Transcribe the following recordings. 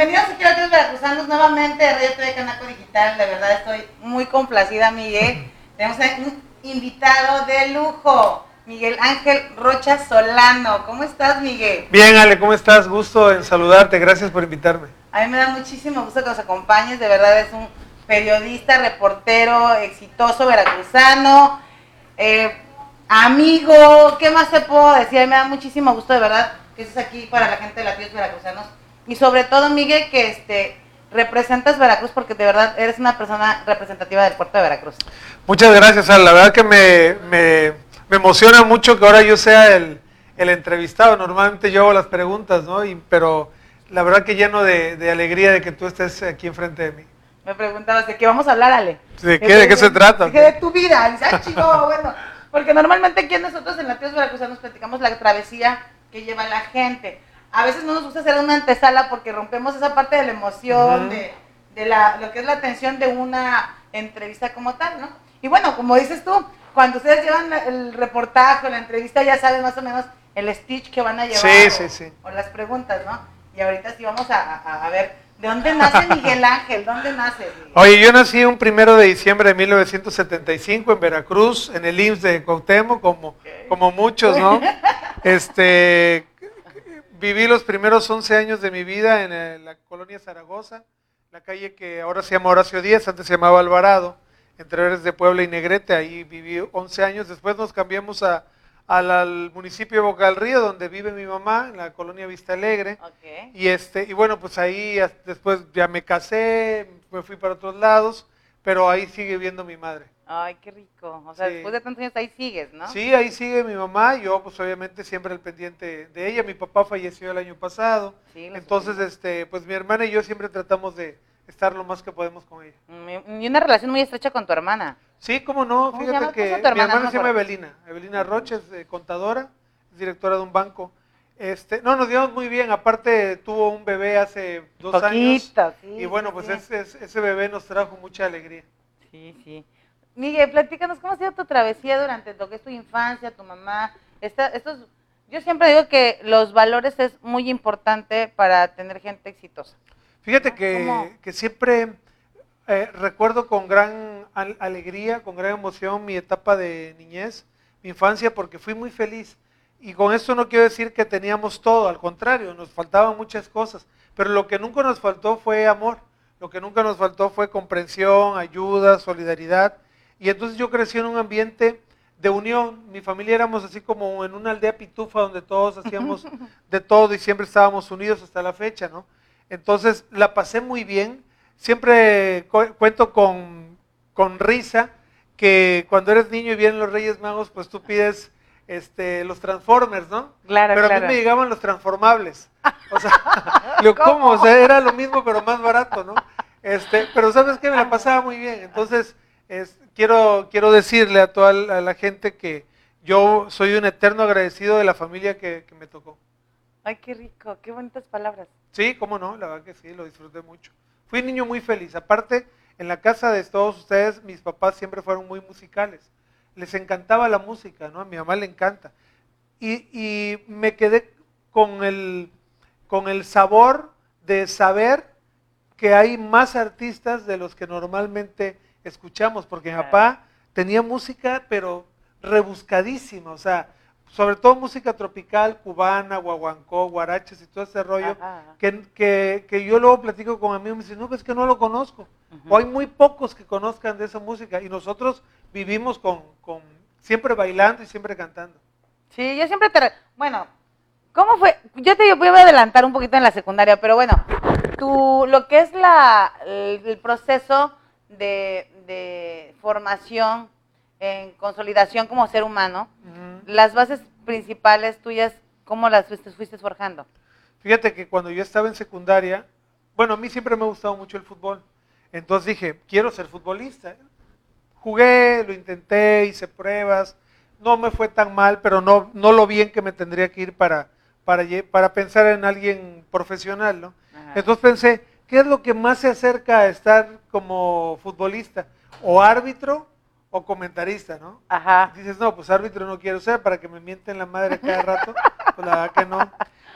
bienvenidos aquí a los veracruzanos nuevamente de Radio TV Canaco Digital. De verdad estoy muy complacida, Miguel. Tenemos un invitado de lujo, Miguel Ángel Rocha Solano. ¿Cómo estás, Miguel? Bien, Ale, ¿cómo estás? Gusto en saludarte, gracias por invitarme. A mí me da muchísimo gusto que nos acompañes, de verdad es un periodista, reportero, exitoso, veracruzano, amigo, ¿qué más te puedo decir? A mí me da muchísimo gusto, de verdad, que estés aquí para la gente de Latidos Veracruzanos. Y sobre todo, Miguel, que representas Veracruz porque de verdad eres una persona representativa del puerto de Veracruz. Muchas gracias, Ale. La verdad que me emociona mucho que ahora yo sea el entrevistado. Normalmente yo hago las preguntas, ¿no? Pero la verdad que lleno de alegría de que tú estés aquí enfrente de mí. Me preguntabas, ¿de qué vamos a hablar, Ale? ¿De qué se trata? De tu vida. Dice, ay, chico, bueno, porque normalmente aquí nosotros en Latidos Veracruzanos platicamos la travesía que lleva la gente. A veces no nos gusta hacer una antesala porque rompemos esa parte de la emoción, de lo que es la tensión de una entrevista como tal, ¿no? Y bueno, como dices tú, cuando ustedes llevan el reportaje o la entrevista ya saben más o menos el speech que van a llevar sí. O las preguntas, ¿no? Y ahorita sí vamos a ver, ¿de dónde nace Miguel Ángel? ¿Dónde nace? Oye, yo nací un 1 de diciembre de 1975 en Veracruz, en el IMSS de Cuauhtémoc, como muchos, ¿no? Viví los primeros 11 años de mi vida en la colonia Zaragoza, la calle que ahora se llama Horacio Díaz, antes se llamaba Alvarado, entre Eres de Puebla y Negrete. Ahí viví 11 años. Después nos cambiamos al municipio de Boca del Río, donde vive mi mamá, en la colonia Vista Alegre. Okay. Y bueno, pues ahí después ya me casé, me fui para otros lados, pero ahí sigue viviendo mi madre. Ay, qué rico. O sea, Sí. Después de tantos años ahí sigues, ¿no? Sí, ahí sigue mi mamá, yo pues obviamente siempre al pendiente de ella. Mi papá falleció el año pasado, Sí, entonces pues mi hermana y yo siempre tratamos de estar lo más que podemos con ella. Y una relación muy estrecha con tu hermana. Sí, cómo no, ¿Cómo fíjate que tu hermana? mi hermana No se llama me acuerdo. Evelina Rocha, es contadora, es directora de un banco. No, nos llevamos muy bien, aparte tuvo un bebé hace 2 años. Sí, Y bueno, sí, pues sí. ese bebé nos trajo mucha alegría. Sí. Miguel, platícanos, ¿cómo ha sido tu travesía durante lo que es tu infancia, tu mamá? Yo siempre digo que los valores es muy importante para tener gente exitosa. Fíjate ¿No? que siempre recuerdo con gran alegría, con gran emoción mi etapa de niñez, mi infancia, porque fui muy feliz. Y con esto no quiero decir que teníamos todo, al contrario, nos faltaban muchas cosas, pero lo que nunca nos faltó fue amor, lo que nunca nos faltó fue comprensión, ayuda, solidaridad. Y entonces yo crecí en un ambiente de unión. Mi familia éramos así como en una aldea pitufa donde todos hacíamos de todo y siempre estábamos unidos hasta la fecha, ¿no? Entonces la pasé muy bien. Siempre cuento con risa que cuando eres niño y vienen los Reyes Magos, pues tú pides los Transformers, ¿no? Claro, pero claro. a mí me llegaban los transformables. O sea, ¿cómo? O sea, era lo mismo pero más barato, ¿no? Pero ¿sabes qué? Me la pasaba muy bien. Entonces, quiero decirle a toda la gente que yo soy un eterno agradecido de la familia que me tocó. Ay, qué rico, qué bonitas palabras. Sí, cómo no, la verdad que sí, lo disfruté mucho. Fui un niño muy feliz. Aparte, en la casa de todos ustedes, mis papás siempre fueron muy musicales. Les encantaba la música, ¿no? A mi mamá le encanta. Y me quedé con el sabor de saber que hay más artistas de los que normalmente escuchamos, porque mi papá tenía música, pero rebuscadísima, o sea, sobre todo música tropical, cubana, guaguancó, guaraches y todo ese rollo, que yo luego platico con amigos y me dicen, no, pues que no lo conozco, o hay muy pocos que conozcan de esa música, y nosotros vivimos siempre bailando y siempre cantando. Sí, yo siempre bueno, ¿cómo fue? Yo te voy a adelantar un poquito en la secundaria, pero bueno, lo que es el proceso de formación en consolidación como ser humano, las bases principales tuyas, ¿cómo las fuiste forjando? Fíjate que cuando yo estaba en secundaria, bueno, a mí siempre me ha gustado mucho el fútbol, entonces dije, quiero ser futbolista. Jugué, lo intenté, hice pruebas, no me fue tan mal, pero no lo bien que me tendría que ir para pensar en alguien profesional, ¿no? Ajá. Entonces pensé, ¿qué es lo que más se acerca a estar como futbolista? O árbitro o comentarista, ¿no? Ajá. Y dices, no, pues árbitro no quiero ser para que me mienten la madre cada rato, pues la verdad que no.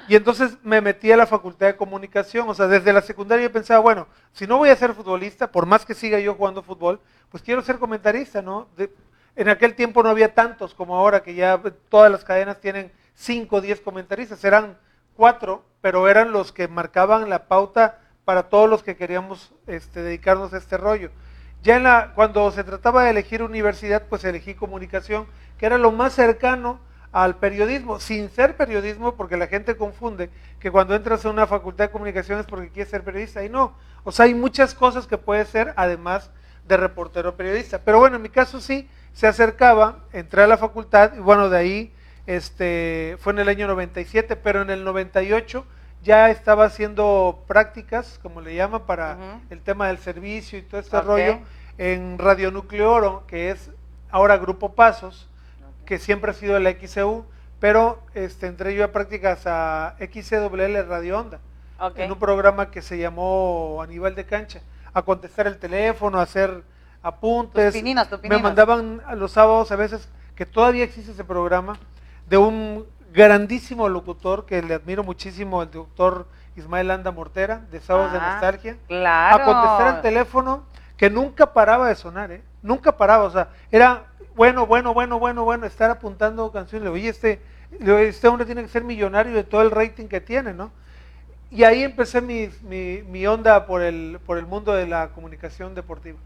Y entonces me metí a la Facultad de Comunicación, o sea, desde la secundaria yo pensaba, bueno, si no voy a ser futbolista, por más que siga yo jugando fútbol, pues quiero ser comentarista, ¿no? En aquel tiempo no había tantos como ahora, que ya todas las cadenas tienen 5 o 10 comentaristas, eran 4, pero eran los que marcaban la pauta para todos los que queríamos dedicarnos a este rollo. Ya cuando se trataba de elegir universidad, pues elegí comunicación, que era lo más cercano al periodismo, sin ser periodismo, porque la gente confunde que cuando entras a una facultad de comunicación es porque quieres ser periodista, y no, o sea, hay muchas cosas que puedes ser además de reportero periodista, pero bueno, en mi caso sí, se acercaba, entré a la facultad, y bueno, de ahí, fue en el año 97, pero en el 98 ya estaba haciendo prácticas, como le llaman, para el tema del servicio y todo este rollo, en Radio Núcleo Oro, que es ahora Grupo Pasos, que siempre ha sido la XCU, pero entré yo a prácticas a XCWL Radio Onda, en un programa que se llamó A Nivel de Cancha, a contestar el teléfono, a hacer apuntes. Tus pininos. Me mandaban a los sábados a veces, que todavía existe ese programa, de un grandísimo locutor que le admiro muchísimo, el doctor Ismael Anda Mortera, de Sábados de Nostalgia, claro, a contestar el teléfono, que nunca paraba de sonar, nunca paraba, o sea, era bueno, estar apuntando canciones. Oye, este hombre tiene que ser millonario de todo el rating que tiene, ¿no? Y ahí empecé mi onda por el mundo de la comunicación deportiva.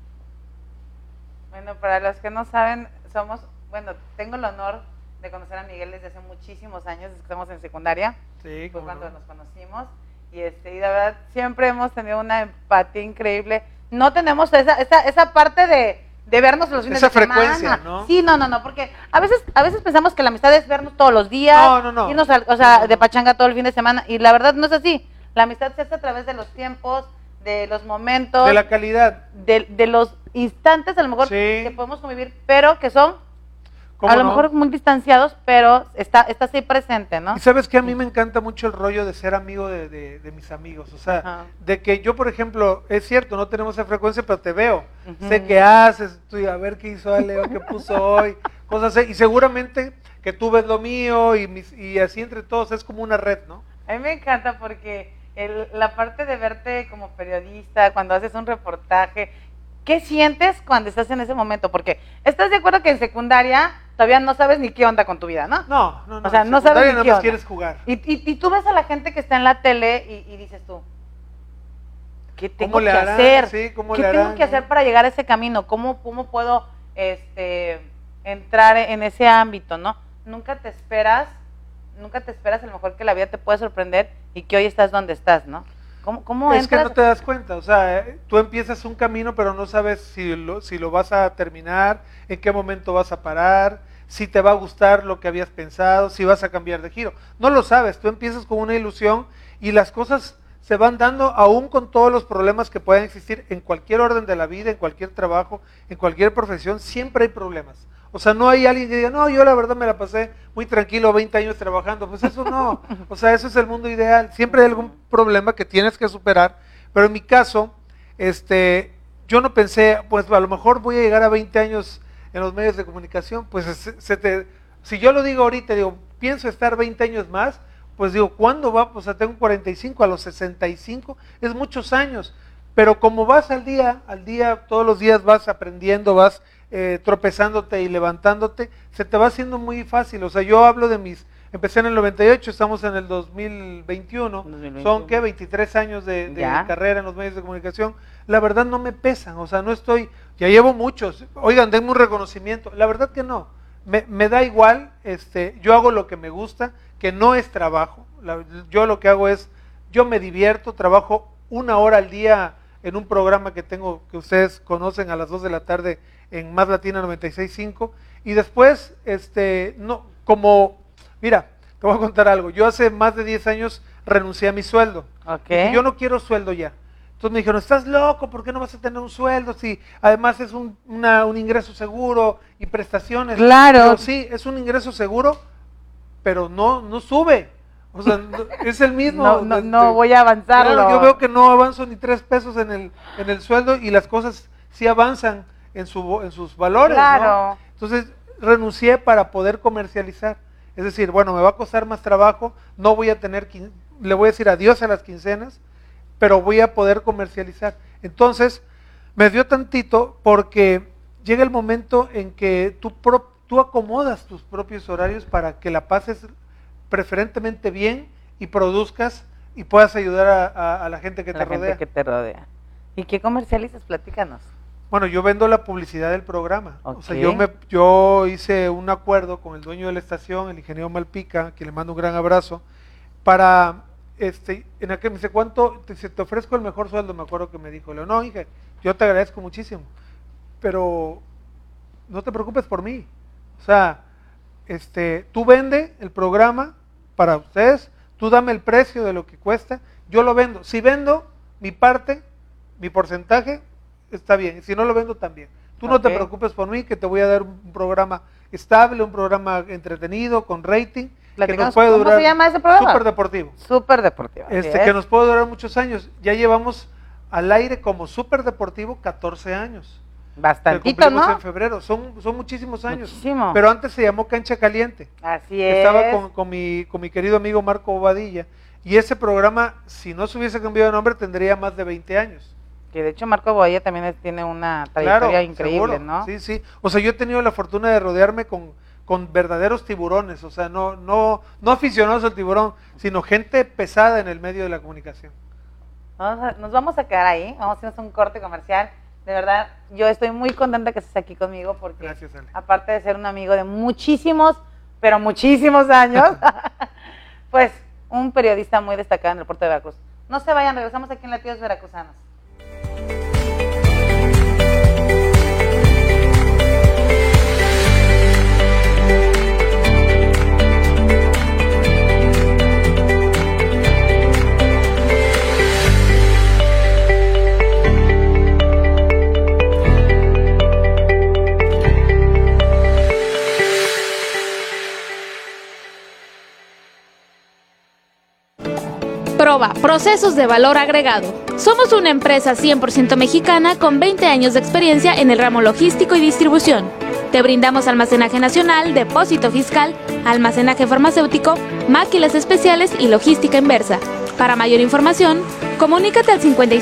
Bueno, para los que no saben, tengo el honor de conocer a Miguel desde hace muchísimos años, desde que estamos en secundaria, sí, fue cuando nos conocimos, y de verdad siempre hemos tenido una empatía increíble. No tenemos esa parte de vernos los fines de semana. Esa frecuencia, ¿no? Sí, no, porque a veces pensamos que la amistad es vernos todos los días, irnos de pachanga todo el fin de semana, y la verdad no es así. La amistad se hace a través de los tiempos, de los momentos, de la calidad, de los instantes a lo mejor que podemos convivir, pero que son a lo mejor muy distanciados, pero está así presente, ¿no? Y sabes que a mí me encanta mucho el rollo de ser amigo de mis amigos, o sea, de que yo, por ejemplo, es cierto, no tenemos esa frecuencia, pero te veo, sé qué haces, a ver qué hizo Leo, qué puso hoy, cosas así, y seguramente que tú ves lo mío, y así entre todos es como una red, ¿no? A mí me encanta porque la parte de verte como periodista, cuando haces un reportaje, ¿qué sientes cuando estás en ese momento? Porque estás de acuerdo que en secundaria todavía no sabes ni qué onda con tu vida, ¿no? No. O sea, no sabes ni qué onda. Quieres jugar. Y tú ves a la gente que está en la tele y dices tú, ¿qué tengo que hacer? Sí, ¿Qué tengo que hacer para llegar a ese camino? ¿Cómo puedo entrar en ese ámbito, no? Nunca te esperas a lo mejor que la vida te pueda sorprender y que hoy estás donde estás, ¿no? ¿Cómo es entras? que no te das cuenta, o sea, tú empiezas un camino pero no sabes si lo vas a terminar, en qué momento vas a parar, si te va a gustar lo que habías pensado, si vas a cambiar de giro. No lo sabes, tú empiezas con una ilusión y las cosas se van dando aún con todos los problemas que puedan existir en cualquier orden de la vida, en cualquier trabajo, en cualquier profesión, siempre hay problemas. O sea, no hay alguien que diga, no, yo la verdad me la pasé muy tranquilo 20 años trabajando. Pues eso no, o sea, eso es el mundo ideal. Siempre hay algún problema que tienes que superar, pero en mi caso, yo no pensé, pues a lo mejor voy a llegar a 20 años en los medios de comunicación, pues si yo lo digo ahorita, digo, pienso estar 20 años más, pues digo, ¿cuándo va? Pues tengo 45, a los 65, es muchos años, pero como vas al día, todos los días vas aprendiendo, vas tropezándote y levantándote, se te va haciendo muy fácil. O sea, yo hablo empecé en el 98, estamos en el 2021, son ¿qué? 23 años de carrera en los medios de comunicación. La verdad no me pesan, o sea, no estoy, ya llevo muchos, oigan, denme un reconocimiento, la verdad que no, me da igual, yo hago lo que me gusta, que no es trabajo, yo lo que hago es, yo me divierto, trabajo 1 hora al día en un programa que tengo, que ustedes conocen, a las 2 de la tarde en Más Latina 96.5, y después, mira, te voy a contar algo, yo hace más de 10 años renuncié a mi sueldo, y yo no quiero sueldo ya. Entonces me dijeron, estás loco, ¿por qué no vas a tener un sueldo? Si además es un ingreso seguro y prestaciones. Claro. Pero sí, es un ingreso seguro, pero no sube. O sea, es el mismo. No voy a avanzarlo. Claro, yo veo que no avanzo ni 3 pesos en el sueldo y las cosas sí avanzan en sus valores. Claro. ¿No? Entonces renuncié para poder comercializar. Es decir, bueno, me va a costar más trabajo, no voy a tener le voy a decir adiós a las quincenas, pero voy a poder comercializar. Entonces, me dio tantito porque llega el momento en que tú acomodas tus propios horarios para que la pases preferentemente bien y produzcas y puedas ayudar a la gente que te rodea. La gente que te rodea. ¿Y qué comercializas? Platícanos. Bueno, yo vendo la publicidad del programa. Okay. O sea, yo hice un acuerdo con el dueño de la estación, el ingeniero Malpica, a quien le mando un gran abrazo, para, en aquel me dice, ¿cuánto? Te ofrezco el mejor sueldo, me acuerdo que me dijo. Le digo, no, hija, yo te agradezco muchísimo, pero no te preocupes por mí. O sea, tú vende el programa para ustedes, tú dame el precio de lo que cuesta, yo lo vendo. Si vendo mi parte, mi porcentaje, está bien, si no lo vendo también. Tú no te preocupes por mí, que te voy a dar un programa estable, un programa entretenido, con rating, que nos puede durar. ¿Cómo se llama ese programa? Súper Deportivo. Súper Deportivo. Que nos puede durar muchos años. Ya llevamos al aire como Súper Deportivo 14 años. Bastantito, ¿no? En febrero, son muchísimos años. Muchísimo. Pero antes se llamó Cancha Caliente. Así es. Estaba con mi querido amigo Marco Bobadilla. Y ese programa, si no se hubiese cambiado de nombre, tendría más de 20 años. Que de hecho Marco Bobadilla también tiene una trayectoria increíble, seguro, ¿no? Sí, sí. O sea, yo he tenido la fortuna de rodearme con verdaderos tiburones. O sea, no aficionados al tiburón, sino gente pesada en el medio de la comunicación. Nos vamos a quedar ahí, vamos a hacernos un corte comercial. De verdad, yo estoy muy contenta que estés aquí conmigo porque gracias, Ale. Aparte de ser un amigo de muchísimos, pero muchísimos años, pues un periodista muy destacado en el puerto de Veracruz. No se vayan, regresamos aquí en Latidos Veracruzanos. Proba, procesos de valor agregado. Somos una empresa 100% mexicana con 20 años de experiencia en el ramo logístico y distribución. Te brindamos almacenaje nacional, depósito fiscal, almacenaje farmacéutico, máquinas especiales y logística inversa. Para mayor información, comunícate al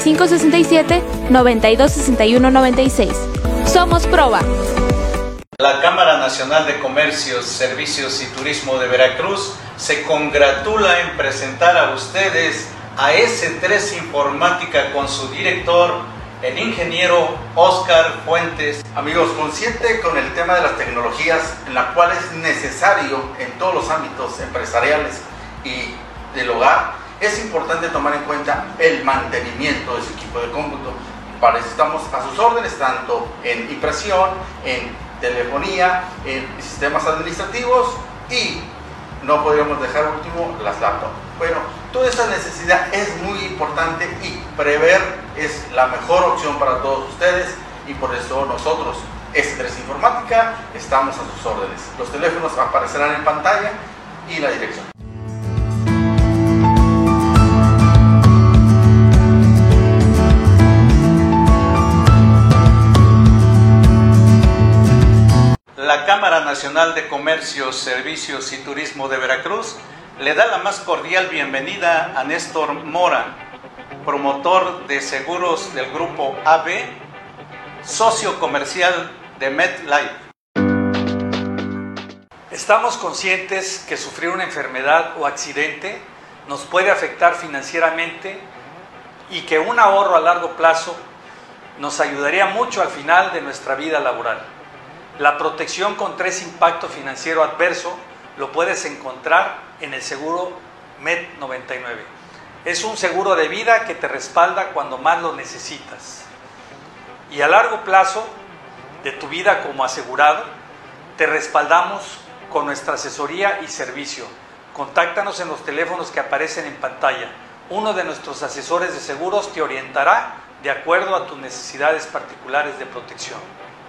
5567-926196. Somos Proba. La Cámara Nacional de Comercios, Servicios y Turismo de Veracruz se congratula en presentar a ustedes a S3 Informática con su director, el ingeniero Óscar Fuentes. Amigos, consciente con el tema de las tecnologías, en la cual es necesario en todos los ámbitos empresariales y del hogar, es importante tomar en cuenta el mantenimiento de su equipo de cómputo. Para eso estamos a sus órdenes, tanto en impresión, en telefonía, en sistemas administrativos y no podríamos dejar último las laptops. Bueno, toda esta necesidad es muy importante y prever es la mejor opción para todos ustedes y por eso nosotros, S3 Informática, estamos a sus órdenes. Los teléfonos aparecerán en pantalla y la dirección. La Cámara Nacional de Comercios, Servicios y Turismo de Veracruz le da la más cordial bienvenida a Néstor Mora, promotor de seguros del grupo AB, socio comercial de MedLife. Estamos conscientes que sufrir una enfermedad o accidente nos puede afectar financieramente y que un ahorro a largo plazo nos ayudaría mucho al final de nuestra vida laboral. La protección contra ese impacto financiero adverso lo puedes encontrar en el seguro MED99. Es un seguro de vida que te respalda cuando más lo necesitas. Y a largo plazo de tu vida como asegurado, te respaldamos con nuestra asesoría y servicio. Contáctanos en los teléfonos que aparecen en pantalla. Uno de nuestros asesores de seguros te orientará de acuerdo a tus necesidades particulares de protección.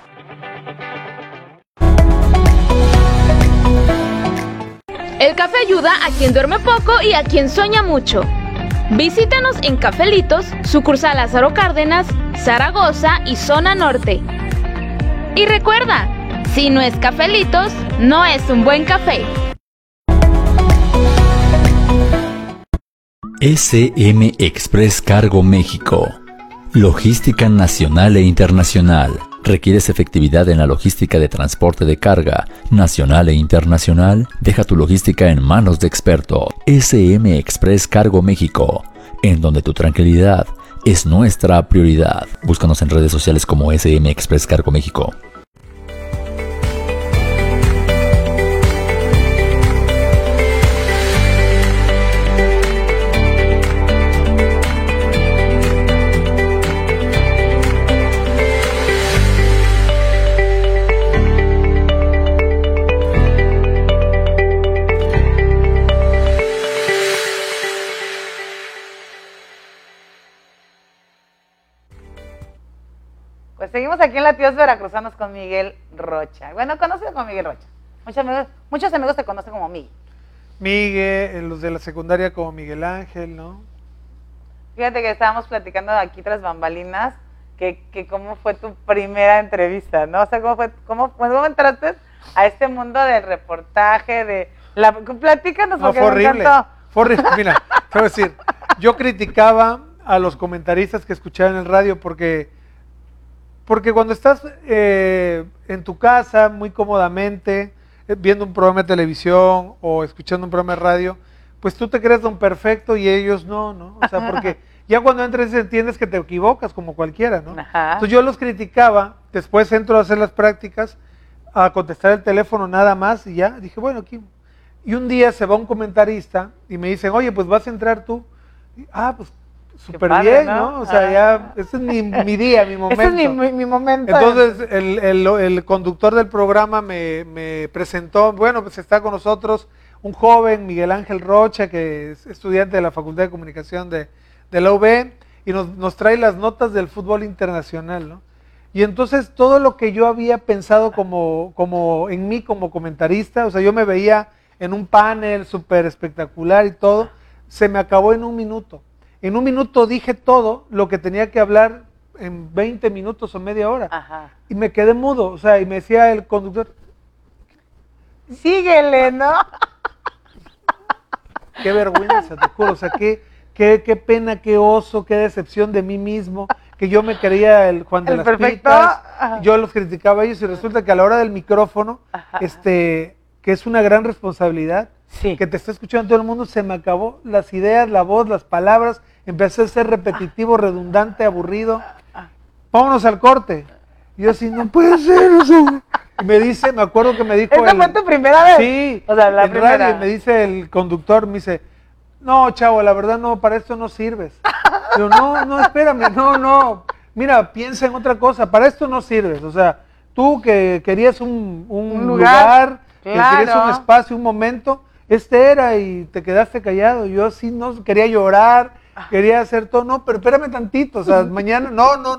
El café ayuda a quien duerme poco y a quien sueña mucho. Visítanos en Cafelitos, sucursal Lázaro Cárdenas, Zaragoza y Zona Norte. Y recuerda, si no es Cafelitos, no es un buen café. SM Express Cargo México. Logística nacional e internacional. ¿Requieres efectividad en la logística de transporte de carga nacional e internacional? Deja tu logística en manos de expertos. SM Express Cargo México, en donde tu tranquilidad es nuestra prioridad. Búscanos en redes sociales como SM Express Cargo México. Pues seguimos aquí en Latidos Veracruzanos con Miguel Rocha. Bueno, conocido como Miguel Rocha. Muchos amigos te conocen como Miguel. Miguel, los de la secundaria como Miguel Ángel, ¿no? Fíjate que estábamos platicando aquí tras bambalinas, que cómo fue tu primera entrevista, ¿no? O sea, cómo entraste a este mundo del reportaje, platícanos, No, porque fue me horrible. encantó. Fue horrible. Mira, te voy a decir, yo criticaba a los comentaristas que escuchaban en el radio porque cuando estás en tu casa muy cómodamente, viendo un programa de televisión o escuchando un programa de radio, pues tú te crees don perfecto y ellos no, ¿no? O sea, porque ya cuando entras entiendes que te equivocas como cualquiera, ¿no? Ajá. Entonces yo los criticaba, después entro a hacer las prácticas, a contestar el teléfono nada más y ya, dije, bueno, aquí. Y un día se va un comentarista y me dicen, oye, pues vas a entrar tú. Y, pues súper bien, ¿no? O sea, ya, ese es mi día, mi momento. Ese es mi momento. Entonces, el conductor del programa me presentó, bueno, pues está con nosotros un joven, Miguel Ángel Rocha, que es estudiante de la Facultad de Comunicación de la UB, y nos trae las notas del fútbol internacional, ¿no? Y entonces todo lo que yo había pensado como en mí como comentarista, o sea, yo me veía en un panel súper espectacular y todo, se me acabó en un minuto. En un minuto dije todo lo que tenía que hablar en 20 minutos o media hora. Ajá. Y me quedé mudo, o sea, y me decía el conductor, síguele, ¿no? qué vergüenza, te juro, o sea, qué pena, qué oso, qué decepción de mí mismo, que yo me creía el Juan de El las perfecto. Pitas, Ajá. yo los criticaba a ellos y resulta que a la hora del micrófono, que es una gran responsabilidad, Sí. que te está escuchando todo el mundo, se me acabó las ideas, la voz, las palabras, empecé a ser repetitivo, redundante, aburrido. Vámonos al corte. Y yo así, no puede ser eso. Y me acuerdo que me dijo ¿Esa fue tu primera vez? Sí, O sea, la en primera. radio, y me dice el conductor, me dice, no, chavo, la verdad no, para esto no sirves. Yo, no, espérame, no, mira, piensa en otra cosa, para esto no sirves. O sea, tú que querías un lugar, que querías un espacio, un momento, este era y te quedaste callado. Yo sí no quería llorar, quería hacer todo, no, pero espérame tantito, o sea, mañana,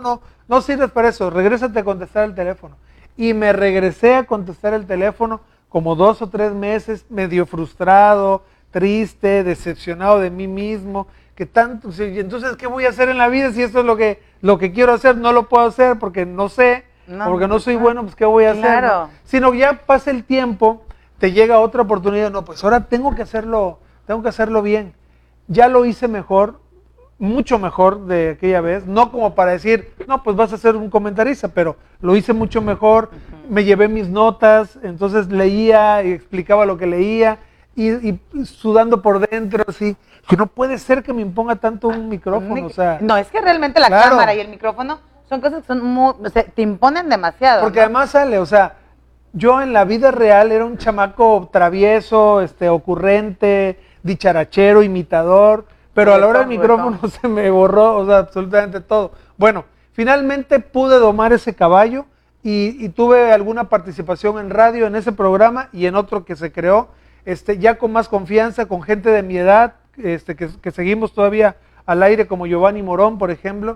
no sirves para eso, regrésate a contestar el teléfono. Y me regresé a contestar el teléfono como 2 o 3 meses, medio frustrado, triste, decepcionado de mí mismo, que tanto, entonces, ¿qué voy a hacer en la vida si esto es lo que quiero hacer? No lo puedo hacer porque no sé, porque no soy bueno, pues ¿qué voy a hacer? ¿No? Sino ya pasa el tiempo, te llega otra oportunidad, no, pues ahora tengo que hacerlo bien. Ya lo hice mejor, mucho mejor de aquella vez, no como para decir, no, pues vas a ser un comentarista, pero lo hice mucho mejor, me llevé mis notas, entonces leía y explicaba lo que leía, y sudando por dentro, así, que no puede ser que me imponga tanto un micrófono, o sea. No, es que realmente la claro. cámara y el micrófono son cosas que son o sea, te imponen demasiado. Porque ¿no? además sale, o sea, yo en la vida real era un chamaco travieso, ocurrente, dicharachero, imitador, pero a la hora del micrófono se me borró, o sea, absolutamente todo. Bueno, finalmente pude domar ese caballo y tuve alguna participación en radio en ese programa y en otro que se creó, ya con más confianza, con gente de mi edad, que seguimos todavía al aire, como Giovanni Morón, por ejemplo.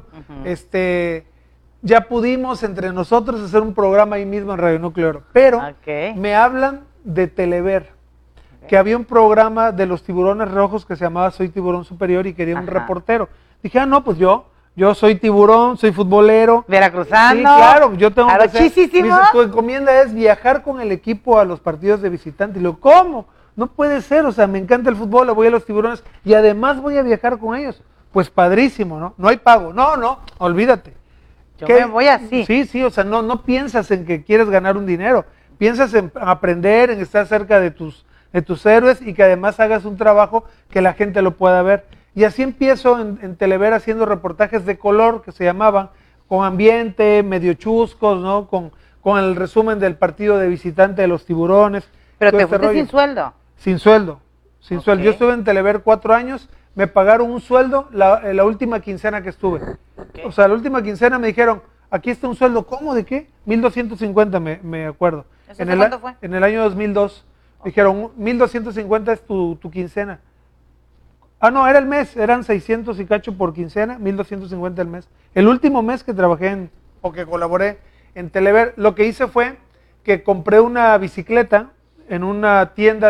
Ya pudimos entre nosotros hacer un programa ahí mismo en Radio Núcleo Oro, pero me hablan de Telever, que había un programa de los tiburones rojos que se llamaba Soy Tiburón Superior y quería un reportero. Dije, no, pues yo soy tiburón, soy futbolero. Veracruzano. Sí, claro, yo tengo que hacer. Chisísimo. Me dice, tu encomienda es viajar con el equipo a los partidos de visitante. Y le digo, ¿cómo? no puede ser, o sea, me encanta el fútbol, voy a los Tiburones y además voy a viajar con ellos. Pues padrísimo, ¿no? No hay pago, no, olvídate. Yo me voy así. Sí, o sea, no piensas en que quieres ganar un dinero, piensas en aprender, en estar cerca de tus héroes y que además hagas un trabajo que la gente lo pueda ver. Y así empiezo en Telever haciendo reportajes de color, que se llamaban, con ambiente, medio chuscos, ¿no? Con el resumen del partido de visitante de los Tiburones. Pero te fuiste sin sueldo. Sin sueldo. Yo estuve en Telever 4 años, me pagaron un sueldo la última quincena que estuve. O sea, la última quincena me dijeron, aquí está un sueldo, ¿cómo? ¿De qué? 1,250 me acuerdo. ¿Cuánto fue? En el año 2002. Dijeron, 1,250 es tu quincena. Ah, no, era el mes, eran 600 y cacho por quincena, 1,250 el mes. El último mes que trabajé o que colaboré en Telever, lo que hice fue que compré una bicicleta en una tienda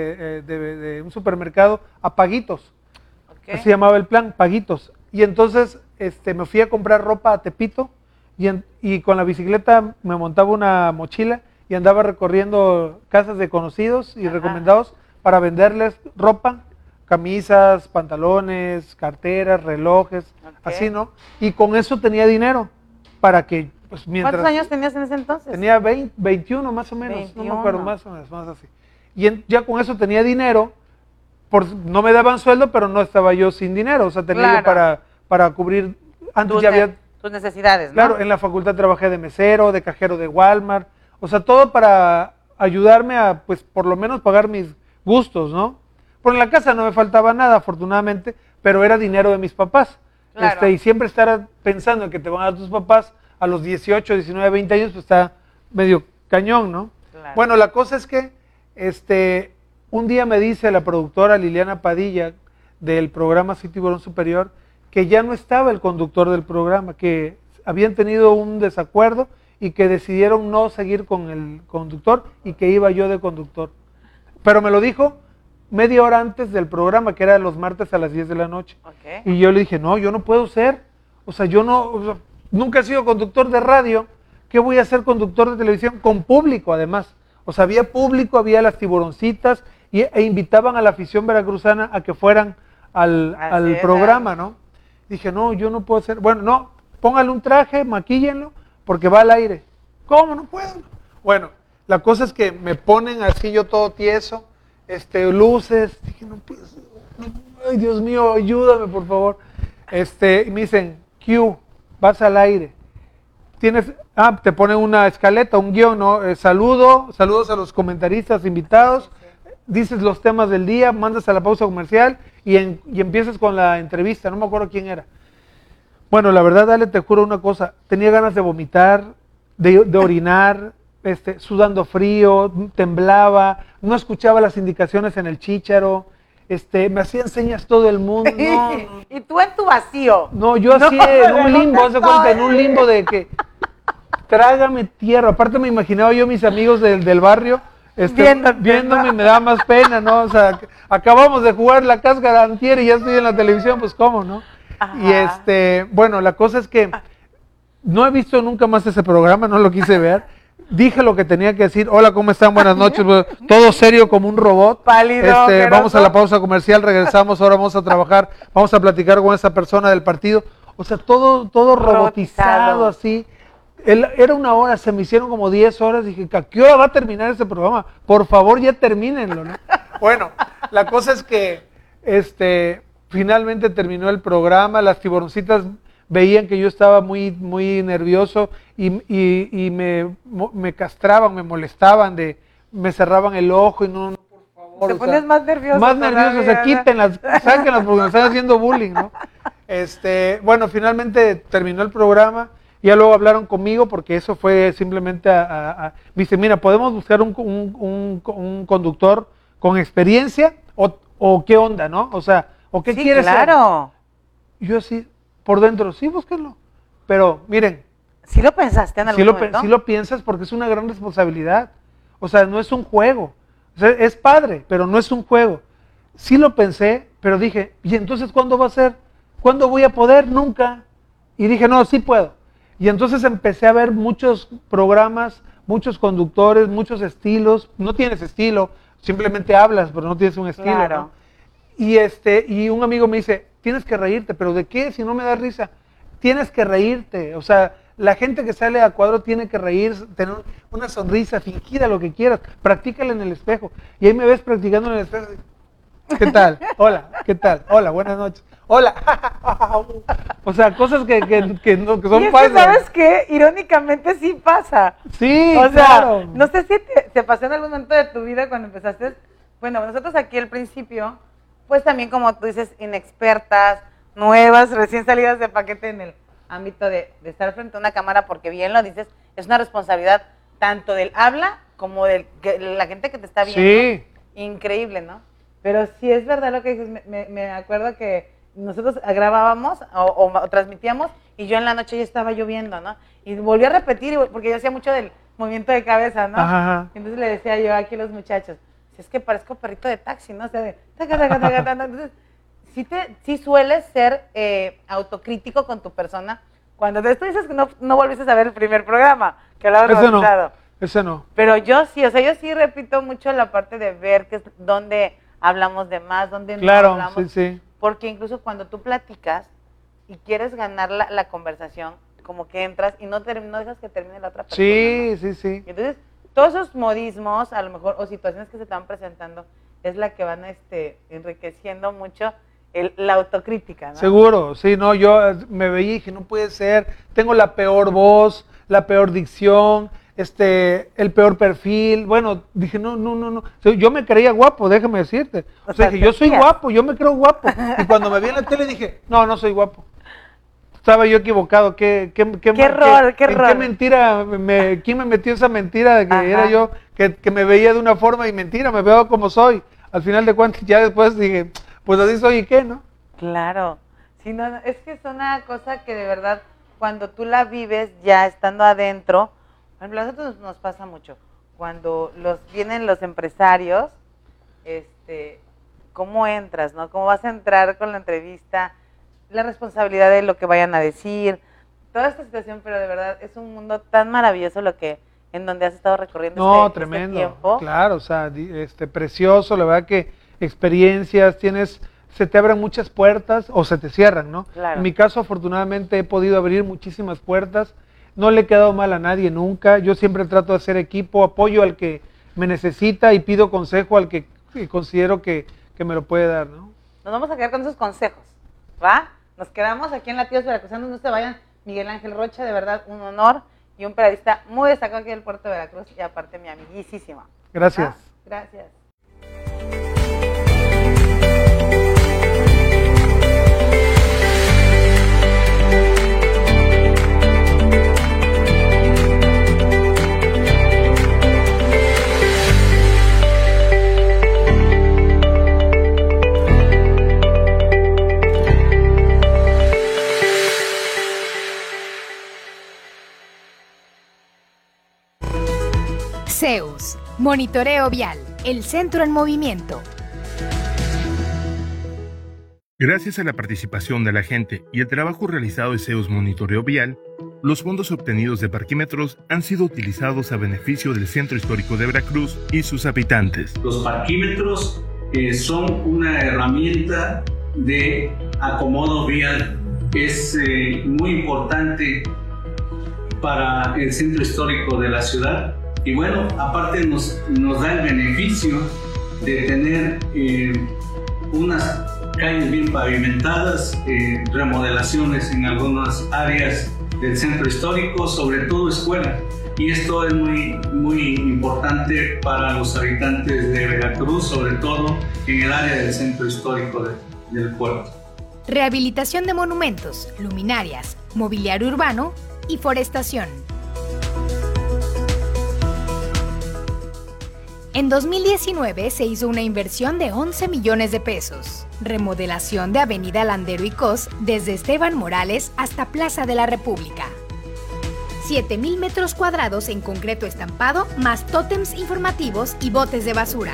de un supermercado a paguitos. Así se llamaba el plan, paguitos. Y entonces me fui a comprar ropa a Tepito y con la bicicleta me montaba una mochila y andaba recorriendo casas de conocidos y recomendados para venderles ropa, camisas, pantalones, carteras, relojes, así, ¿no? Y con eso tenía dinero para que, pues mientras... ¿Cuántos años tenías en ese entonces? Tenía 21 más o menos, 21. No me acuerdo, más o menos, más así. Y ya con eso tenía dinero, no me daban sueldo, pero no estaba yo sin dinero, o sea, tenía yo para cubrir, antes ya había... Tus necesidades, ¿no? Claro, en la facultad trabajé de mesero, de cajero de Walmart, o sea, todo para ayudarme a, pues, por lo menos pagar mis gustos, ¿no? Por en la casa no me faltaba nada, afortunadamente, pero era dinero de mis papás. Claro. Y siempre estar pensando en que te van a dar tus papás a los 18, 19, 20 años, pues está medio cañón, ¿no? Claro. Bueno, la cosa es que un día me dice la productora Liliana Padilla del programa Sí Tiburón Superior que ya no estaba el conductor del programa, que habían tenido un desacuerdo y que decidieron no seguir con el conductor y que iba yo de conductor. Pero me lo dijo media hora antes del programa, que era los martes a las 10 de la noche. Y yo le dije, no, yo no puedo ser, o sea, nunca he sido conductor de radio, ¿qué voy a ser conductor de televisión? Con público, además. O sea, había público, había las tiburoncitas, e invitaban a la afición veracruzana a que fueran al programa, ¿no? Dije, no, yo no puedo ser, bueno, no, póngale un traje, maquíllenlo, porque va al aire. ¿Cómo? No puedo. Bueno, la cosa es que me ponen así yo todo tieso, luces, dije, no puedo, ay Dios mío, ayúdame por favor. Y me dicen, Q, vas al aire. Te ponen una escaleta, un guión, ¿no? Saludos a los comentaristas invitados, dices los temas del día, mandas a la pausa comercial y empiezas con la entrevista, no me acuerdo quién era. Bueno, la verdad, Ale, te juro una cosa, tenía ganas de vomitar, de orinar, sudando frío, temblaba, no escuchaba las indicaciones en el chícharo, me hacían señas todo el mundo. No. Y tú en tu vacío. No, yo así en un limbo, hace cuenta, en un limbo de que trágame tierra. Aparte me imaginaba yo mis amigos del barrio viéndome, me daba más pena, ¿no? O sea, acabamos de jugar la cáscara antier y ya estoy en la televisión, pues cómo, ¿no? Ajá. Y bueno, la cosa es que no he visto nunca más ese programa, no lo quise ver. Dije lo que tenía que decir. Hola, ¿cómo están? Buenas noches. Todo serio como un robot. Pálido, vamos a la pausa comercial, regresamos, ahora vamos a trabajar, vamos a platicar con esa persona del partido. O sea, todo robotizado así. Era una hora, se me hicieron como 10 horas. Dije, ¿a qué hora va a terminar este programa? Por favor, ya termínenlo, ¿no? Bueno, la cosa es que finalmente terminó el programa, las tiburoncitas veían que yo estaba muy, muy nervioso y me castraban, me molestaban, me cerraban el ojo y no por favor. Te pones más nervioso. Más nervioso, se quítenlas, sáquenlas porque me están haciendo bullying, ¿no? Bueno, finalmente terminó el programa, ya luego hablaron conmigo porque eso fue simplemente me dice, mira, podemos buscar un conductor con experiencia o qué onda, ¿no? O sea, o qué quieres ser. Claro. Yo así, por dentro, sí, búsquenlo. Pero miren. ¿Sí lo pensaste en algún momento? Sí lo piensas porque es una gran responsabilidad. O sea, no es un juego. O sea, es padre, pero no es un juego. Sí lo pensé, pero dije, ¿y entonces cuándo va a ser? ¿Cuándo voy a poder? Nunca. Y dije, no, sí puedo. Y entonces empecé a ver muchos programas, muchos conductores, muchos estilos. No tienes estilo. simplemente hablas, pero no tienes un estilo, Claro. ¿no? Y un amigo me dice, tienes que reírte, pero ¿de qué? Si no me da risa. Tienes que reírte, o sea, la gente que sale a cuadro tiene que reír, tener una sonrisa, fingida, lo que quieras, practícala en el espejo. Y ahí me ves practicando en el espejo. ¿Qué tal? Hola, ¿qué tal? Hola, buenas noches. Hola. O sea, cosas que son Y es falsas. que, ¿sabes qué? Irónicamente sí pasa. Sí, O sea, claro. no sé si te pasó en algún momento de tu vida cuando empezaste. Bueno, nosotros aquí al principio, pues también como tú dices, inexpertas, nuevas, recién salidas de paquete en el ámbito de estar frente a una cámara, porque bien lo dices, es una responsabilidad tanto del habla como de la gente que te está viendo. Sí. Increíble, ¿no? Pero sí es verdad lo que dices, me acuerdo que nosotros grabábamos o transmitíamos y yo en la noche ya estaba lloviendo, ¿no? Y volví a repetir, porque yo hacía mucho del movimiento de cabeza, ¿no? Ajá. Y entonces le decía yo aquí a los muchachos, si es que parezco perrito de taxi, ¿no? O sea, de taca, taca, taca, taca. Entonces, sí sueles ser autocrítico con tu persona. Cuando tú dices que no volviste a ver el primer programa, que lo habíamos realizado. Ese no. Pero yo sí, o sea, yo sí repito mucho la parte de ver que es dónde hablamos de más, dónde Claro, no hablamos. sí. Porque incluso cuando tú platicas y quieres ganar la conversación, como que entras y no dejas que termine la otra persona. Sí, ¿no? sí. Y entonces, todos esos modismos, a lo mejor, o situaciones que se te van presentando, es la que van enriqueciendo mucho la autocrítica, ¿no? Seguro, sí, no, yo me veía y dije, no puede ser, tengo la peor voz, la peor dicción, el peor perfil. Bueno, dije, no. Yo me creía guapo, déjame decirte. O sea, dije, yo soy guapo, yo me creo guapo. Y cuando me vi en la tele dije, no soy guapo. Estaba yo equivocado. ¿Qué error? ¿Qué mentira? ¿Quién me metió esa mentira de que Ajá. era yo, que me veía de una forma y mentira, me veo como soy? Al final de cuentas, ya después dije, pues así soy y qué, ¿no? Claro. Sí, no, es que es una cosa que de verdad, cuando tú la vives ya estando adentro, por ejemplo, a nosotros nos pasa mucho. Cuando vienen los empresarios, ¿cómo entras, no? ¿Cómo vas a entrar con la entrevista? La responsabilidad de lo que vayan a decir, toda esta situación, pero de verdad es un mundo tan maravilloso en donde has estado recorriendo No, este tremendo. tiempo. Claro, o sea, precioso, la verdad que experiencias, se te abren muchas puertas o se te cierran, ¿no? Claro. En mi caso, afortunadamente, he podido abrir muchísimas puertas, no le he quedado mal a nadie nunca, yo siempre trato de hacer equipo, apoyo al que me necesita y pido consejo al que considero que me lo puede dar, ¿no? Nos vamos a quedar con esos consejos, ¿va? Nos quedamos aquí en Latidos Veracruzanos, no se vayan. Miguel Ángel Rocha, de verdad, un honor y un periodista muy destacado aquí del puerto de Veracruz y aparte mi amiguísima. Gracias. ¿Va? Gracias. Zeus, Monitoreo Vial, el centro en movimiento. Gracias a la participación de la gente y el trabajo realizado de Zeus Monitoreo Vial, los fondos obtenidos de parquímetros han sido utilizados a beneficio del Centro Histórico de Veracruz y sus habitantes. Los parquímetros son una herramienta de acomodo vial. Es muy importante para el centro histórico de la ciudad. Y bueno, aparte nos da el beneficio de tener unas calles bien pavimentadas, remodelaciones en algunas áreas del centro histórico, sobre todo escuelas. Y esto es muy importante para los habitantes de Veracruz, sobre todo en el área del centro histórico del puerto. Rehabilitación de monumentos, luminarias, mobiliario urbano y forestación. En 2019 se hizo una inversión de 11 millones de pesos. Remodelación de Avenida Landero y Cos desde Esteban Morales hasta Plaza de la República. 7,000 metros cuadrados en concreto estampado, más tótems informativos y botes de basura.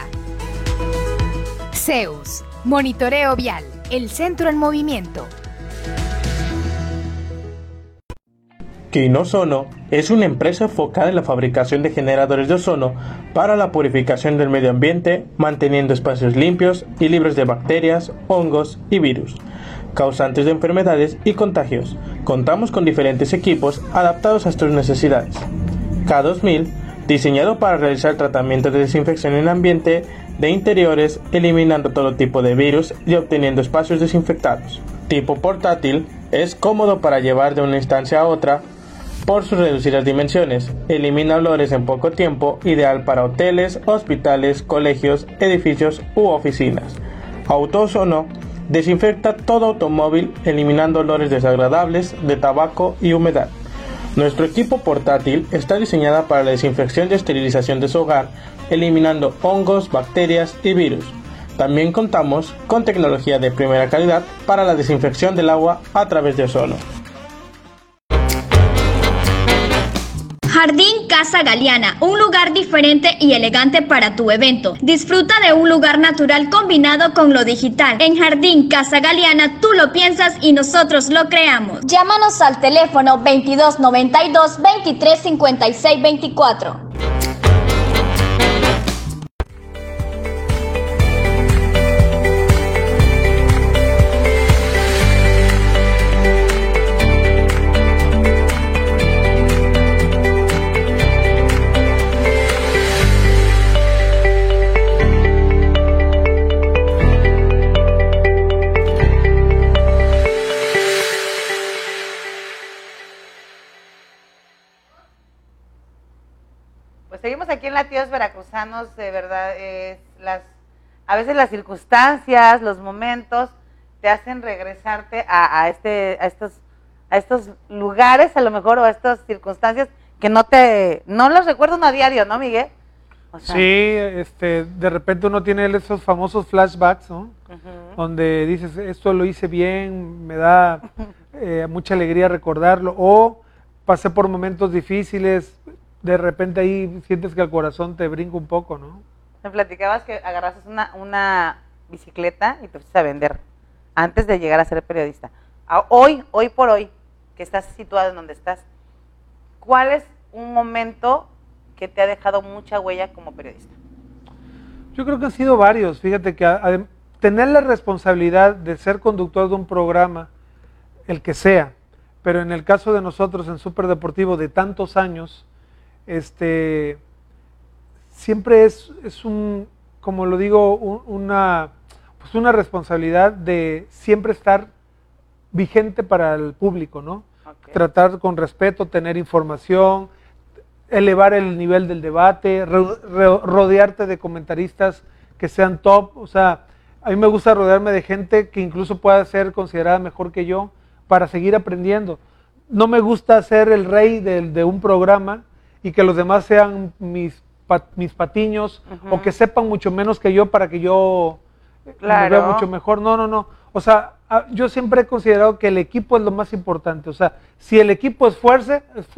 Zeus, Monitoreo Vial, el centro en movimiento. Quinozono es una empresa enfocada en la fabricación de generadores de ozono para la purificación del medio ambiente, manteniendo espacios limpios y libres de bacterias, hongos y virus, causantes de enfermedades y contagios. Contamos con diferentes equipos adaptados a sus necesidades. K2000, diseñado para realizar tratamientos de desinfección en el ambiente de interiores, eliminando todo tipo de virus y obteniendo espacios desinfectados. Tipo portátil, es cómodo para llevar de una instancia a otra por sus reducidas dimensiones, elimina olores en poco tiempo, ideal para hoteles, hospitales, colegios, edificios u oficinas. Autoozono desinfecta todo automóvil, eliminando olores desagradables de tabaco y humedad. Nuestro equipo portátil está diseñado para la desinfección y esterilización de su hogar, eliminando hongos, bacterias y virus. También contamos con tecnología de primera calidad para la desinfección del agua a través de ozono. Jardín Casa Galeana, un lugar diferente y elegante para tu evento. Disfruta de un lugar natural combinado con lo digital. En Jardín Casa Galeana tú lo piensas y nosotros lo creamos. Llámanos al teléfono 2292 2356 24. Seguimos aquí en Latidos Veracruzanos, de verdad, a veces las circunstancias, los momentos te hacen regresarte a estos lugares, a lo mejor, o a estas circunstancias que no los recuerda uno a diario, ¿no, Miguel? O sea, sí, de repente uno tiene esos famosos flashbacks, ¿no? Donde dices, esto lo hice bien, me da mucha alegría recordarlo, o pasé por momentos difíciles. De repente ahí sientes que el corazón te brinca un poco, ¿no? Me platicabas que agarraste una bicicleta y te fuiste a vender antes de llegar a ser periodista. Hoy por hoy, que estás situado en donde estás, ¿cuál es un momento que te ha dejado mucha huella como periodista? Yo creo que han sido varios. Fíjate que tener la responsabilidad de ser conductor de un programa, el que sea, pero en el caso de nosotros en Superdeportivo de tantos años, siempre es como lo digo, una responsabilidad de siempre estar vigente para el público, ¿no? Okay. Tratar con respeto, tener información, elevar el nivel del debate, rodearte de comentaristas que sean top. O sea, a mí me gusta rodearme de gente que incluso pueda ser considerada mejor que yo para seguir aprendiendo. No me gusta ser el rey de un programa y que los demás sean mis patiños, o que sepan mucho menos que yo para que yo me vea mucho mejor. No. O sea, yo siempre he considerado que el equipo es lo más importante. O sea, si el equipo es fuerte,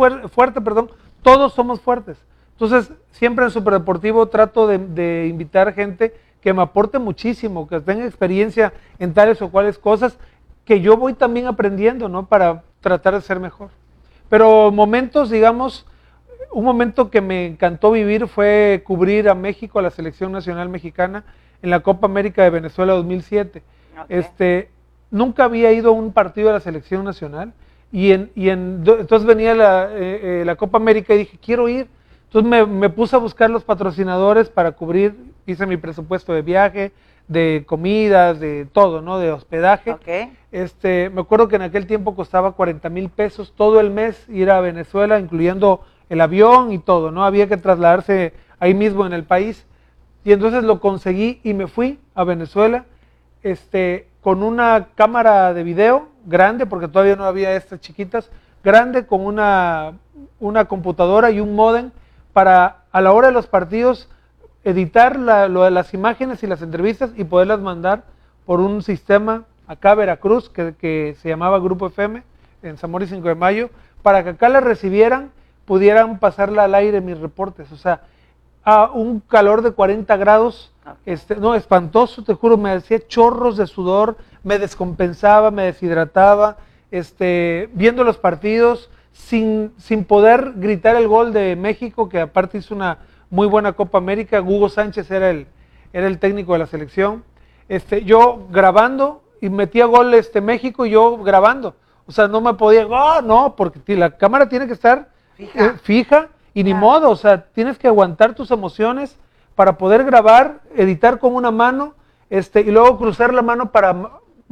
todos somos fuertes. Entonces, siempre en Superdeportivo trato de invitar gente que me aporte muchísimo, que tenga experiencia en tales o cuales cosas, que yo voy también aprendiendo, ¿no? Para tratar de ser mejor. Pero momentos, digamos, un momento que me encantó vivir fue cubrir a México, a la selección nacional mexicana, en la Copa América de Venezuela 2007. Okay. Nunca había ido a un partido de la selección nacional, entonces venía la Copa América y dije, quiero ir. Entonces me puse a buscar los patrocinadores para cubrir, hice mi presupuesto de viaje, de comidas, de todo, ¿no? De hospedaje. Okay. Me acuerdo que en aquel tiempo costaba 40,000 pesos todo el mes ir a Venezuela, incluyendo el avión y todo, ¿no? Había que trasladarse ahí mismo en el país. Y entonces lo conseguí y me fui a Venezuela, con una cámara de video grande, porque todavía no había estas chiquitas, grande, con una computadora y un módem para, a la hora de los partidos, editar las imágenes y las entrevistas y poderlas mandar por un sistema acá a Veracruz, que se llamaba Grupo FM, en Zamora y 5 de Mayo, para que acá las recibieran, pudieran pasarla al aire mis reportes. O sea, a un calor de 40 grados, no, espantoso, te juro, me hacía chorros de sudor, me descompensaba, me deshidrataba, viendo los partidos, sin poder gritar el gol de México, que aparte hizo una muy buena Copa América. Hugo Sánchez era el técnico de la selección. Yo grabando y metía gol México y yo grabando. O sea, no me podía, no, porque la cámara tiene que estar fija y ni modo, o sea, tienes que aguantar tus emociones para poder grabar, editar con una mano, y luego cruzar la mano para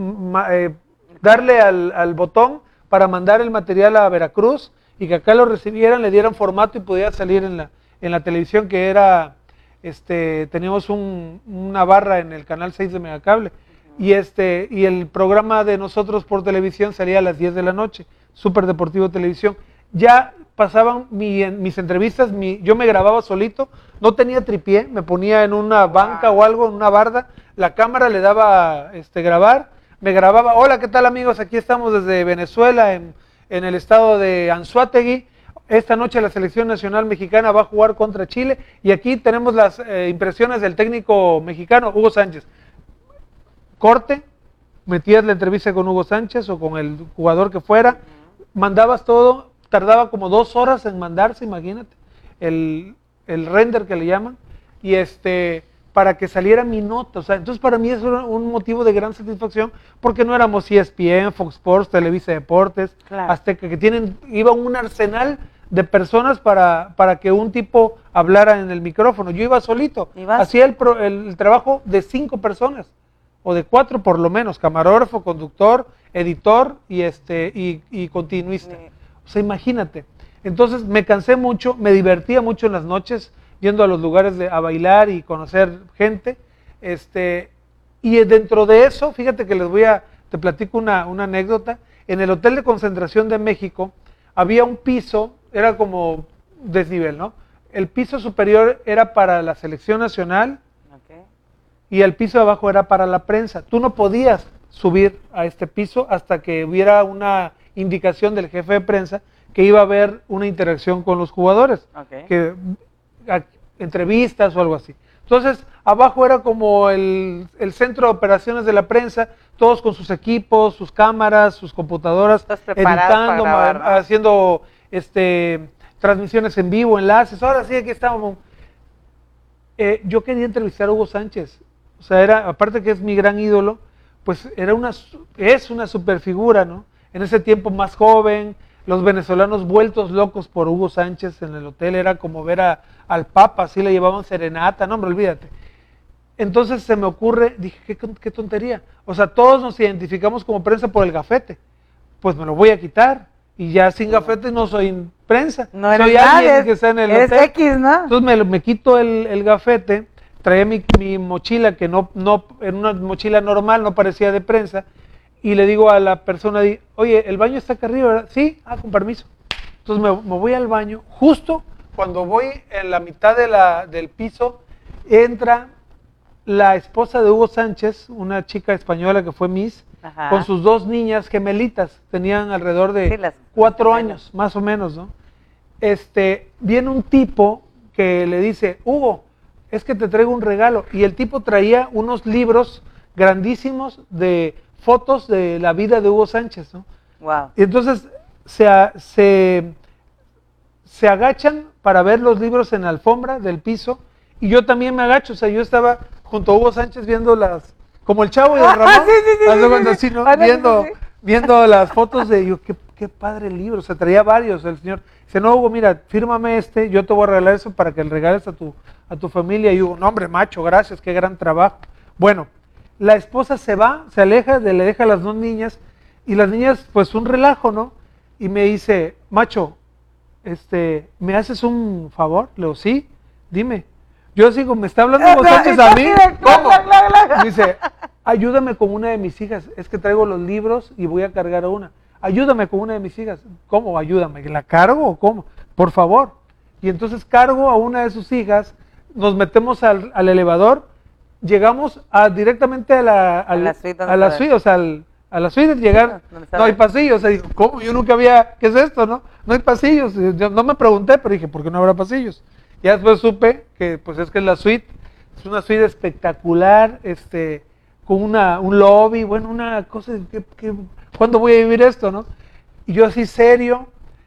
darle al botón para mandar el material a Veracruz y que acá lo recibieran, le dieran formato y pudiera salir en la televisión, que era, teníamos una barra en el canal 6 de Megacable. Y el programa de nosotros por televisión salía a las 10 de la noche, Super Deportivo Televisión. Ya pasaban mis entrevistas, yo me grababa solito, no tenía tripié, me ponía en una banca o algo, en una barda, la cámara le daba grabar, me grababa, hola, ¿qué tal amigos? Aquí estamos desde Venezuela, en el estado de Anzoátegui. Esta noche la selección nacional mexicana va a jugar contra Chile y aquí tenemos las impresiones del técnico mexicano, Hugo Sánchez. Corte, metías la entrevista con Hugo Sánchez o con el jugador que fuera, mandabas todo, tardaba como 2 horas en mandarse, imagínate, el render que le llaman, y para que saliera mi nota. O sea, entonces para mí es un motivo de gran satisfacción, porque no éramos ESPN, Fox Sports, Televisa Deportes, Azteca, que iba un arsenal de personas para que un tipo hablara en el micrófono. Yo iba solito, hacía el trabajo de 5 personas, o de 4 por lo menos, camarógrafo, conductor, editor y continuista. O sea, imagínate. Entonces me cansé mucho, me divertía mucho en las noches, yendo a los lugares a bailar y conocer gente. Y dentro de eso, fíjate que te platico una anécdota. En el Hotel de Concentración de México había un piso, era como desnivel, ¿no? El piso superior era para la selección nacional, y el piso de abajo era para la prensa. Tú no podías subir a este piso hasta que hubiera una indicación del jefe de prensa que iba a haber una interacción con los jugadores, entrevistas o algo así. Entonces, abajo era como el centro de operaciones de la prensa, todos con sus equipos, sus cámaras, sus computadoras, editando, haciendo transmisiones en vivo, enlaces. Ahora sí, aquí estamos. Yo quería entrevistar a Hugo Sánchez. O sea, aparte que es mi gran ídolo, pues es una super figura, ¿no? En ese tiempo más joven, los venezolanos vueltos locos por Hugo Sánchez en el hotel, era como ver al Papa, así le llevaban serenata, no hombre, olvídate. Entonces se me ocurre, dije, qué tontería. O sea, todos nos identificamos como prensa por el gafete, pues me lo voy a quitar, y ya sin gafete no soy prensa, no soy alguien que está en el hotel. Eres X, ¿no? Entonces me quito el gafete, traía mi mochila, que no, en una mochila normal, no parecía de prensa, y le digo a la persona, oye, ¿el baño está acá arriba, verdad? Sí, con permiso. Entonces me voy al baño, justo cuando voy en la mitad del piso, entra la esposa de Hugo Sánchez, una chica española que fue Miss, con sus 2 niñas gemelitas, tenían alrededor de 4 años, más o menos, ¿no? Viene un tipo que le dice, Hugo, es que te traigo un regalo, y el tipo traía unos libros grandísimos de fotos de la vida de Hugo Sánchez, ¿no? Wow. Y entonces se agachan para ver los libros en la alfombra del piso, y yo también me agacho, o sea, yo estaba junto a Hugo Sánchez viendo como el Chavo y el Ramón, así, ¿no? Viendo las fotos de yo, qué padre el libro, o sea, traía varios, el señor dice, no, Hugo, mira, fírmame yo te voy a regalar eso para que le regales a tu familia. Y Hugo, no hombre, macho, gracias, qué gran trabajo. Bueno, la esposa se va, se aleja, le deja a las 2 niñas, y las niñas, pues un relajo, ¿no? Y me dice, macho, ¿me haces un favor? Le digo, sí, dime. Yo sigo, ¿me está hablando Hugo Sánchez a mí? ¿Cómo? Me dice, ayúdame con una de mis hijas, es que traigo los libros y voy a cargar a una. Ayúdame con una de mis hijas. ¿Cómo? Ayúdame. ¿La cargo o cómo? Por favor. Y entonces cargo a una de sus hijas, nos metemos al elevador, llegamos directamente a la suite, o sea, a la suite, llegar, no hay pasillos. O sea, digo, ¿cómo? Yo nunca había, ¿qué es esto, no? No hay pasillos. Yo no me pregunté, pero dije, ¿por qué no habrá pasillos? Ya después supe que, pues es que es la suite, es una suite espectacular, con un lobby, bueno, una cosa que ¿cuándo voy a vivir esto, no? Y yo así serio,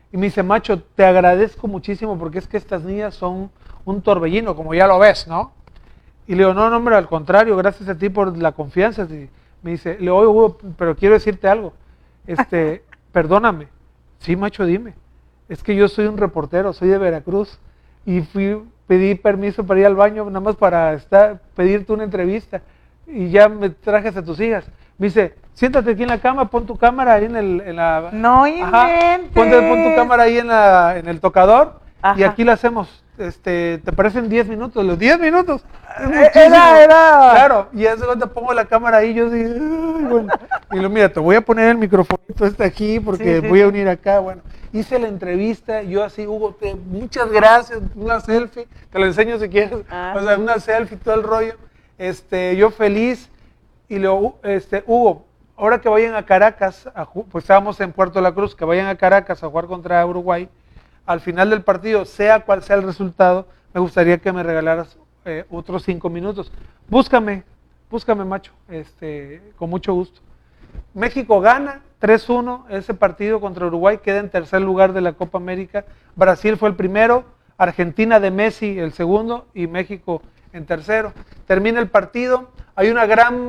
Y me dice, Macho, te agradezco muchísimo porque es que estas niñas son un torbellino, como ya lo ves, ¿no? Y le digo, no, hombre, al contrario, gracias a ti por la confianza. Y me dice, le digo, Hugo, pero quiero decirte algo, perdóname. Sí, Macho, dime. Es que yo soy un reportero, soy de Veracruz y pedí permiso para ir al baño nada más para pedirte una entrevista y ya me trajes a tus hijas. Me dice, siéntate aquí en la cama, pon tu cámara ahí en la... No inventes. Pon tu cámara ahí en el tocador. Ajá. Y aquí la hacemos. ¿Te parecen 10 minutos? Los 10 minutos. Era. Claro, y es cuando pongo la cámara ahí, yo digo, bueno. Y lo mira, te voy a poner el microfonito aquí porque voy a unir acá, bueno. Hice la entrevista, yo así, Hugo, muchas gracias, una selfie, te lo enseño si quieres, o sea, una selfie, todo el rollo, yo feliz, y luego, Hugo, ahora que vayan a Caracas, pues estábamos en Puerto La Cruz, que vayan a Caracas a jugar contra Uruguay, al final del partido, sea cual sea el resultado, me gustaría que me regalaras otros 5 minutos. Búscame, Macho, con mucho gusto. México gana 3-1 ese partido contra Uruguay, queda en tercer lugar de la Copa América. Brasil fue el primero, Argentina de Messi el segundo y México en tercero. Termina el partido, hay una gran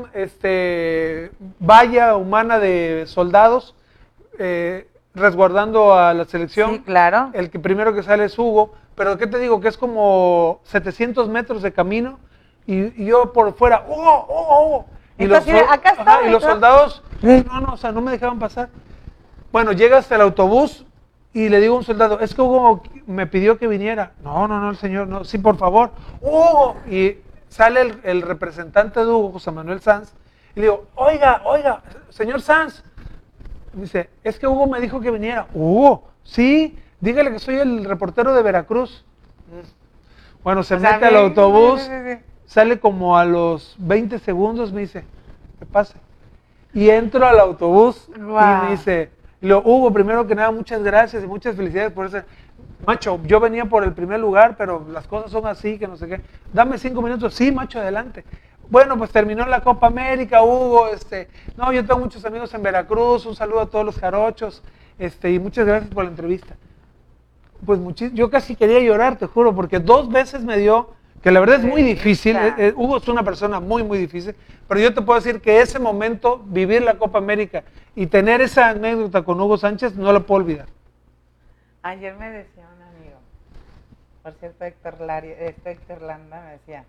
valla humana de soldados resguardando a la selección. Sí, claro. El que primero que sale es Hugo, pero ¿qué te digo? Que es como 700 metros de camino y yo por fuera, ¡Hugo! Y los soldados, no me dejaban pasar. Bueno, llega hasta el autobús y le digo a un soldado, es que Hugo me pidió que viniera. No, el señor, no, sí, por favor, Hugo. Y sale el representante de Hugo, José Manuel Sanz, y le digo, oiga, señor Sanz. Me dice, es que Hugo me dijo que viniera. Hugo, sí, dígale que soy el reportero de Veracruz. Bueno, se mete al autobús. Sale como a los 20 segundos, me dice, ¿qué pasa? Y entro al autobús y me dice, Hugo, primero que nada, muchas gracias y muchas felicidades por ese. Macho, yo venía por el primer lugar, pero las cosas son así, que no sé qué. Dame 5 minutos. Sí, Macho, adelante. Bueno, pues terminó la Copa América, Hugo, no, yo tengo muchos amigos en Veracruz, un saludo a todos los jarochos, y muchas gracias por la entrevista. Pues yo casi quería llorar, te juro, porque 2 veces me dio, que la verdad es muy difícil, Hugo es una persona muy, muy difícil, pero yo te puedo decir que ese momento, vivir la Copa América y tener esa anécdota con Hugo Sánchez, no lo puedo olvidar. Ayer me decía un amigo, por cierto, Héctor Landa me decía,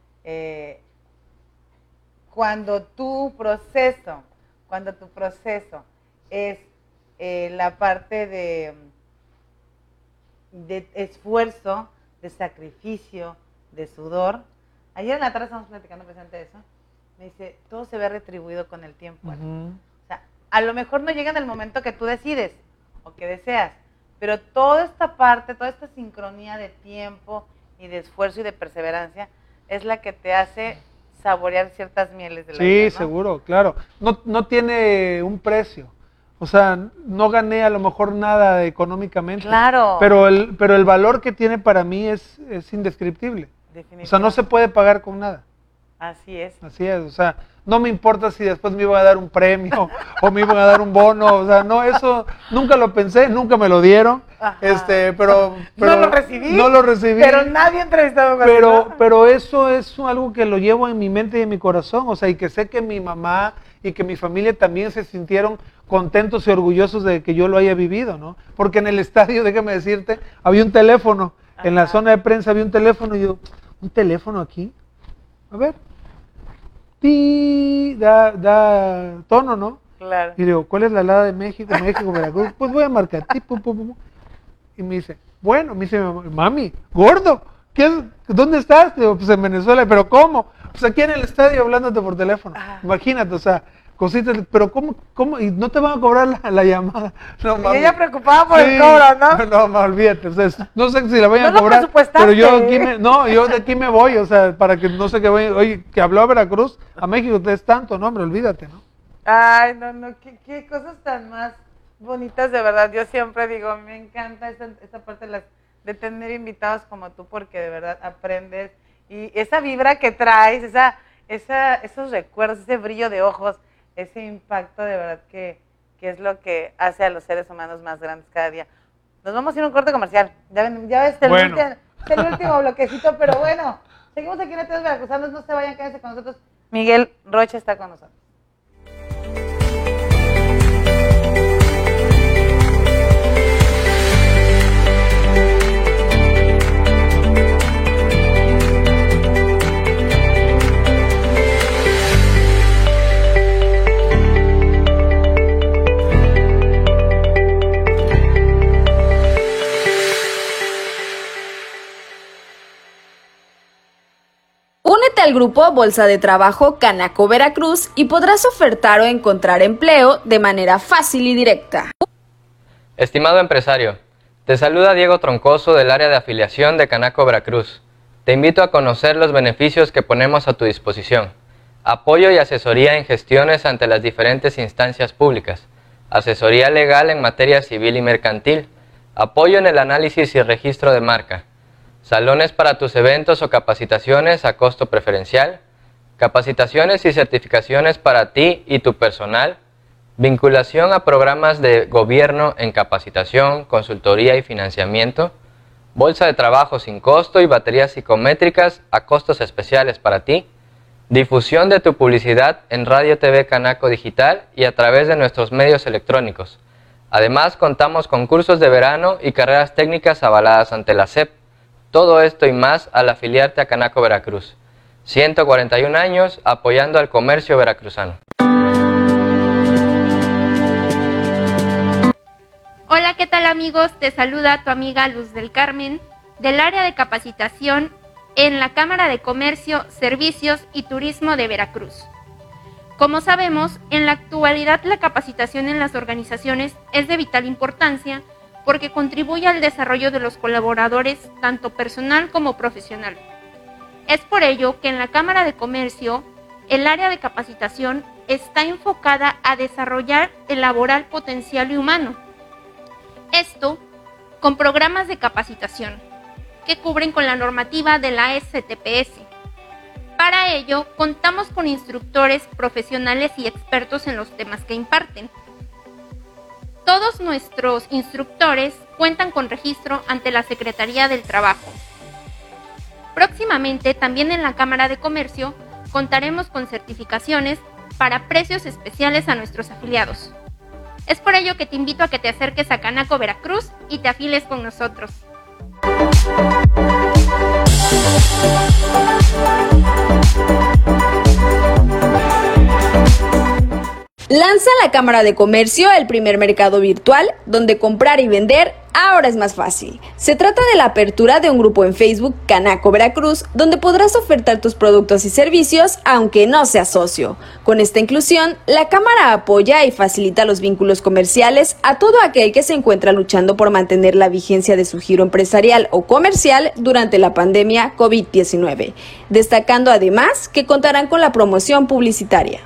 cuando tu proceso es la parte de esfuerzo, de sacrificio, de sudor. Ayer en la tarde estamos platicando presente de eso. Me dice, todo se ve retribuido con el tiempo. O sea, a lo mejor no llega en el momento que tú decides o que deseas, pero toda esta parte, toda esta sincronía de tiempo y de esfuerzo y de perseverancia es la que te hace saborear ciertas mieles de la vida, ¿no? Seguro, claro. No tiene un precio. O sea, no gané a lo mejor nada económicamente. Claro. Pero el valor que tiene para mí es indescriptible. O sea, no se puede pagar con nada. Así es. O sea, no me importa si después me iban a dar un premio o me iban a dar un bono, o sea, no, eso nunca lo pensé, nunca me lo dieron. Pero no lo recibí. No lo recibí. Pero nadie ha entrevistado con pero eso es algo que lo llevo en mi mente y en mi corazón, o sea, y que sé que mi mamá y que mi familia también se sintieron contentos y orgullosos de que yo lo haya vivido, ¿no? Porque en el estadio, déjame decirte, había un teléfono, en la zona de prensa había un teléfono y yo, ¿un teléfono aquí? A ver. Da tono, ¿no? Claro. Y digo, ¿cuál es la alada de México, Veracruz? Pues voy a marcar. Y me dice, bueno, me dice, mami, gordo, ¿dónde estás? Digo, pues en Venezuela. ¿Pero cómo? Pues aquí en el estadio hablándote por teléfono. Imagínate, o sea, cositas, pero ¿cómo? Y no te van a cobrar la llamada. No, mami. Y ella preocupada por el cobro, ¿no? No, olvídate, o sea, no sé si la vayan a cobrar, pero yo de aquí me voy, o sea, para que no sé qué voy, oye, que habló a Veracruz, a México es tanto, no, hombre, olvídate, ¿no? Ay, no, qué cosas tan más bonitas, de verdad. Yo siempre digo, me encanta esta parte de tener invitados como tú, porque de verdad aprendes, y esa vibra que traes, esos recuerdos, ese brillo de ojos, ese impacto, de verdad que es lo que hace a los seres humanos más grandes cada día. Nos vamos a ir a un corte comercial. Ya ves, el último bloquecito, pero bueno, seguimos aquí en Latidos Veracruzanos, no se vayan, quédense con nosotros. Miguel Rocha está con nosotros. Únete al grupo Bolsa de Trabajo Canaco Veracruz y podrás ofertar o encontrar empleo de manera fácil y directa. Estimado empresario, te saluda Diego Troncoso del área de afiliación de Canaco Veracruz. Te invito a conocer los beneficios que ponemos a tu disposición. Apoyo y asesoría en gestiones ante las diferentes instancias públicas. Asesoría legal en materia civil y mercantil. Apoyo en el análisis y registro de marca. Salones para tus eventos o capacitaciones a costo preferencial, capacitaciones y certificaciones para ti y tu personal, vinculación a programas de gobierno en capacitación, consultoría y financiamiento, bolsa de trabajo sin costo y baterías psicométricas a costos especiales para ti, difusión de tu publicidad en Radio TV Canaco Digital y a través de nuestros medios electrónicos. Además, contamos con cursos de verano y carreras técnicas avaladas ante la SEP. Todo esto y más al afiliarte a Canaco Veracruz. 141 años apoyando al comercio veracruzano. Hola, ¿qué tal amigos? Te saluda tu amiga Luz del Carmen del área de capacitación en la Cámara de Comercio, Servicios y Turismo de Veracruz. Como sabemos, en la actualidad la capacitación en las organizaciones es de vital importancia porque contribuye al desarrollo de los colaboradores, tanto personal como profesional. Es por ello que en la Cámara de Comercio, el área de capacitación está enfocada a desarrollar el laboral potencial y humano. Esto con programas de capacitación que cubren con la normativa de la STPS. Para ello, contamos con instructores profesionales y expertos en los temas que imparten. Todos nuestros instructores cuentan con registro ante la Secretaría del Trabajo. Próximamente, también en la Cámara de Comercio, contaremos con certificaciones para precios especiales a nuestros afiliados. Es por ello que te invito a que te acerques a Canaco Veracruz y te afiles con nosotros. Lanza la Cámara de Comercio el primer mercado virtual donde comprar y vender ahora es más fácil. Se trata de la apertura de un grupo en Facebook Canaco Veracruz donde podrás ofertar tus productos y servicios aunque no seas socio. Con esta inclusión, la Cámara apoya y facilita los vínculos comerciales a todo aquel que se encuentra luchando por mantener la vigencia de su giro empresarial o comercial durante la pandemia COVID-19, destacando además que contarán con la promoción publicitaria.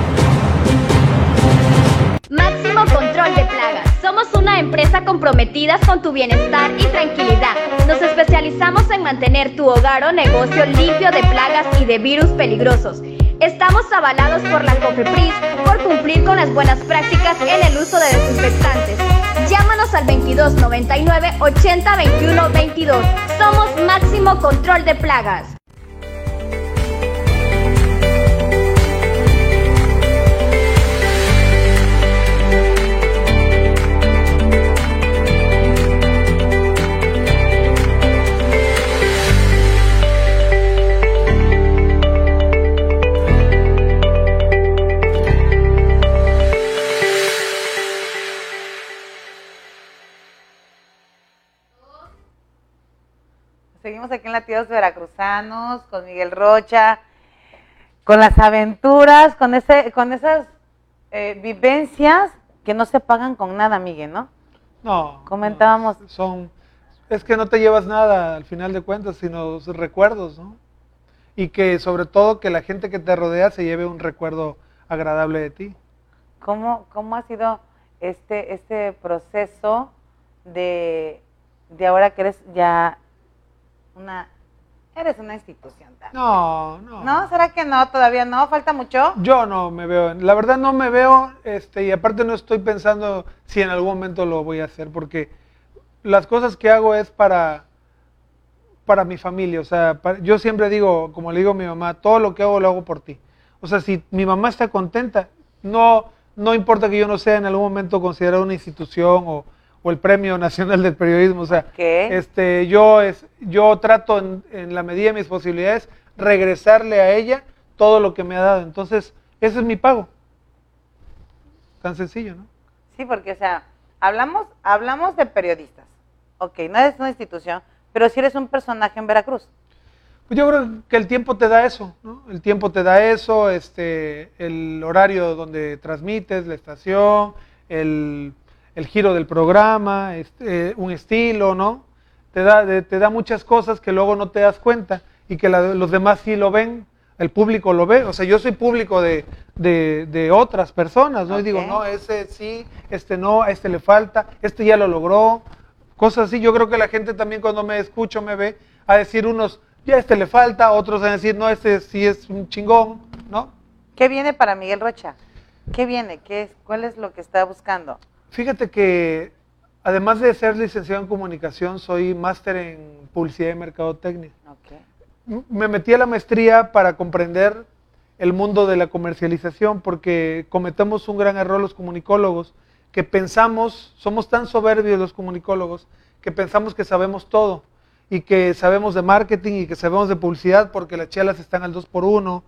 Máximo control de plagas. Somos una empresa comprometida con tu bienestar y tranquilidad. Nos especializamos en mantener tu hogar o negocio limpio de plagas y de virus peligrosos. Estamos avalados por la COFEPRIS por cumplir con las buenas prácticas en el uso de desinfectantes. Llámanos al 2299 80 21 22. Somos Máximo Control de Plagas. Seguimos aquí en Latidos Veracruzanos, con Miguel Rocha, con las aventuras, con esas vivencias que no se pagan con nada, Miguel, ¿no? No. Comentábamos. Es que no te llevas nada al final de cuentas, sino recuerdos, ¿no? Y que sobre todo que la gente que te rodea se lleve un recuerdo agradable de ti. ¿Cómo ha sido este proceso de ahora que eres ya eres una institución también? No. ¿No? ¿Será que no? ¿Todavía no? ¿Falta mucho? Yo no me veo, la verdad no me veo, y aparte no estoy pensando si en algún momento lo voy a hacer, porque las cosas que hago es para mi familia. O sea, yo siempre digo, como le digo a mi mamá, todo lo que hago lo hago por ti. O sea, si mi mamá está contenta, no importa que yo no sea en algún momento considerado una institución o el Premio Nacional del Periodismo. O sea, yo trato en la medida de mis posibilidades regresarle a ella todo lo que me ha dado. Entonces, ese es mi pago. Tan sencillo, ¿no? Sí, porque, o sea, hablamos de periodistas. Ok, no es una institución, pero sí eres un personaje en Veracruz. Pues yo creo que el tiempo te da eso, ¿no? El tiempo te da eso, el horario donde transmites, la estación, el giro del programa, un estilo, ¿no? Te da muchas cosas que luego no te das cuenta y que los demás sí lo ven, el público lo ve. O sea, yo soy público de otras personas, ¿no? Okay. Y digo, no, ese sí, no, a este le falta, este ya lo logró, cosas así. Yo creo que la gente también cuando me escucha, me ve, a decir unos, ya a este le falta, otros a decir, no, este sí es un chingón, ¿no? ¿Qué viene para Miguel Rocha? ¿Qué viene? ¿Cuál es lo que está buscando? Fíjate que, además de ser licenciado en comunicación, soy máster en publicidad y mercadotecnia. Okay. Me metí a la maestría para comprender el mundo de la comercialización, porque cometemos un gran error los comunicólogos, que pensamos, somos tan soberbios los comunicólogos, que pensamos que sabemos todo, y que sabemos de marketing y que sabemos de publicidad porque las chelas están al 2x1.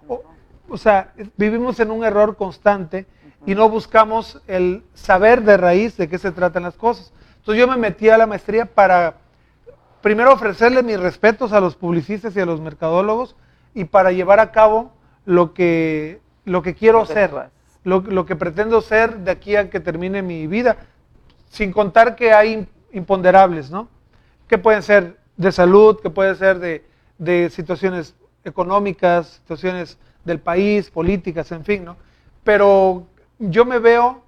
O sea, vivimos en un error constante y no buscamos el saber de raíz de qué se tratan las cosas. Entonces yo me metí a la maestría para primero ofrecerle mis respetos a los publicistas y a los mercadólogos y para llevar a cabo lo que quiero ser, lo que pretendo ser de aquí a que termine mi vida, sin contar que hay imponderables, ¿no? Que pueden ser de salud, que pueden ser de situaciones económicas, situaciones del país, políticas, en fin, ¿no? Pero yo me veo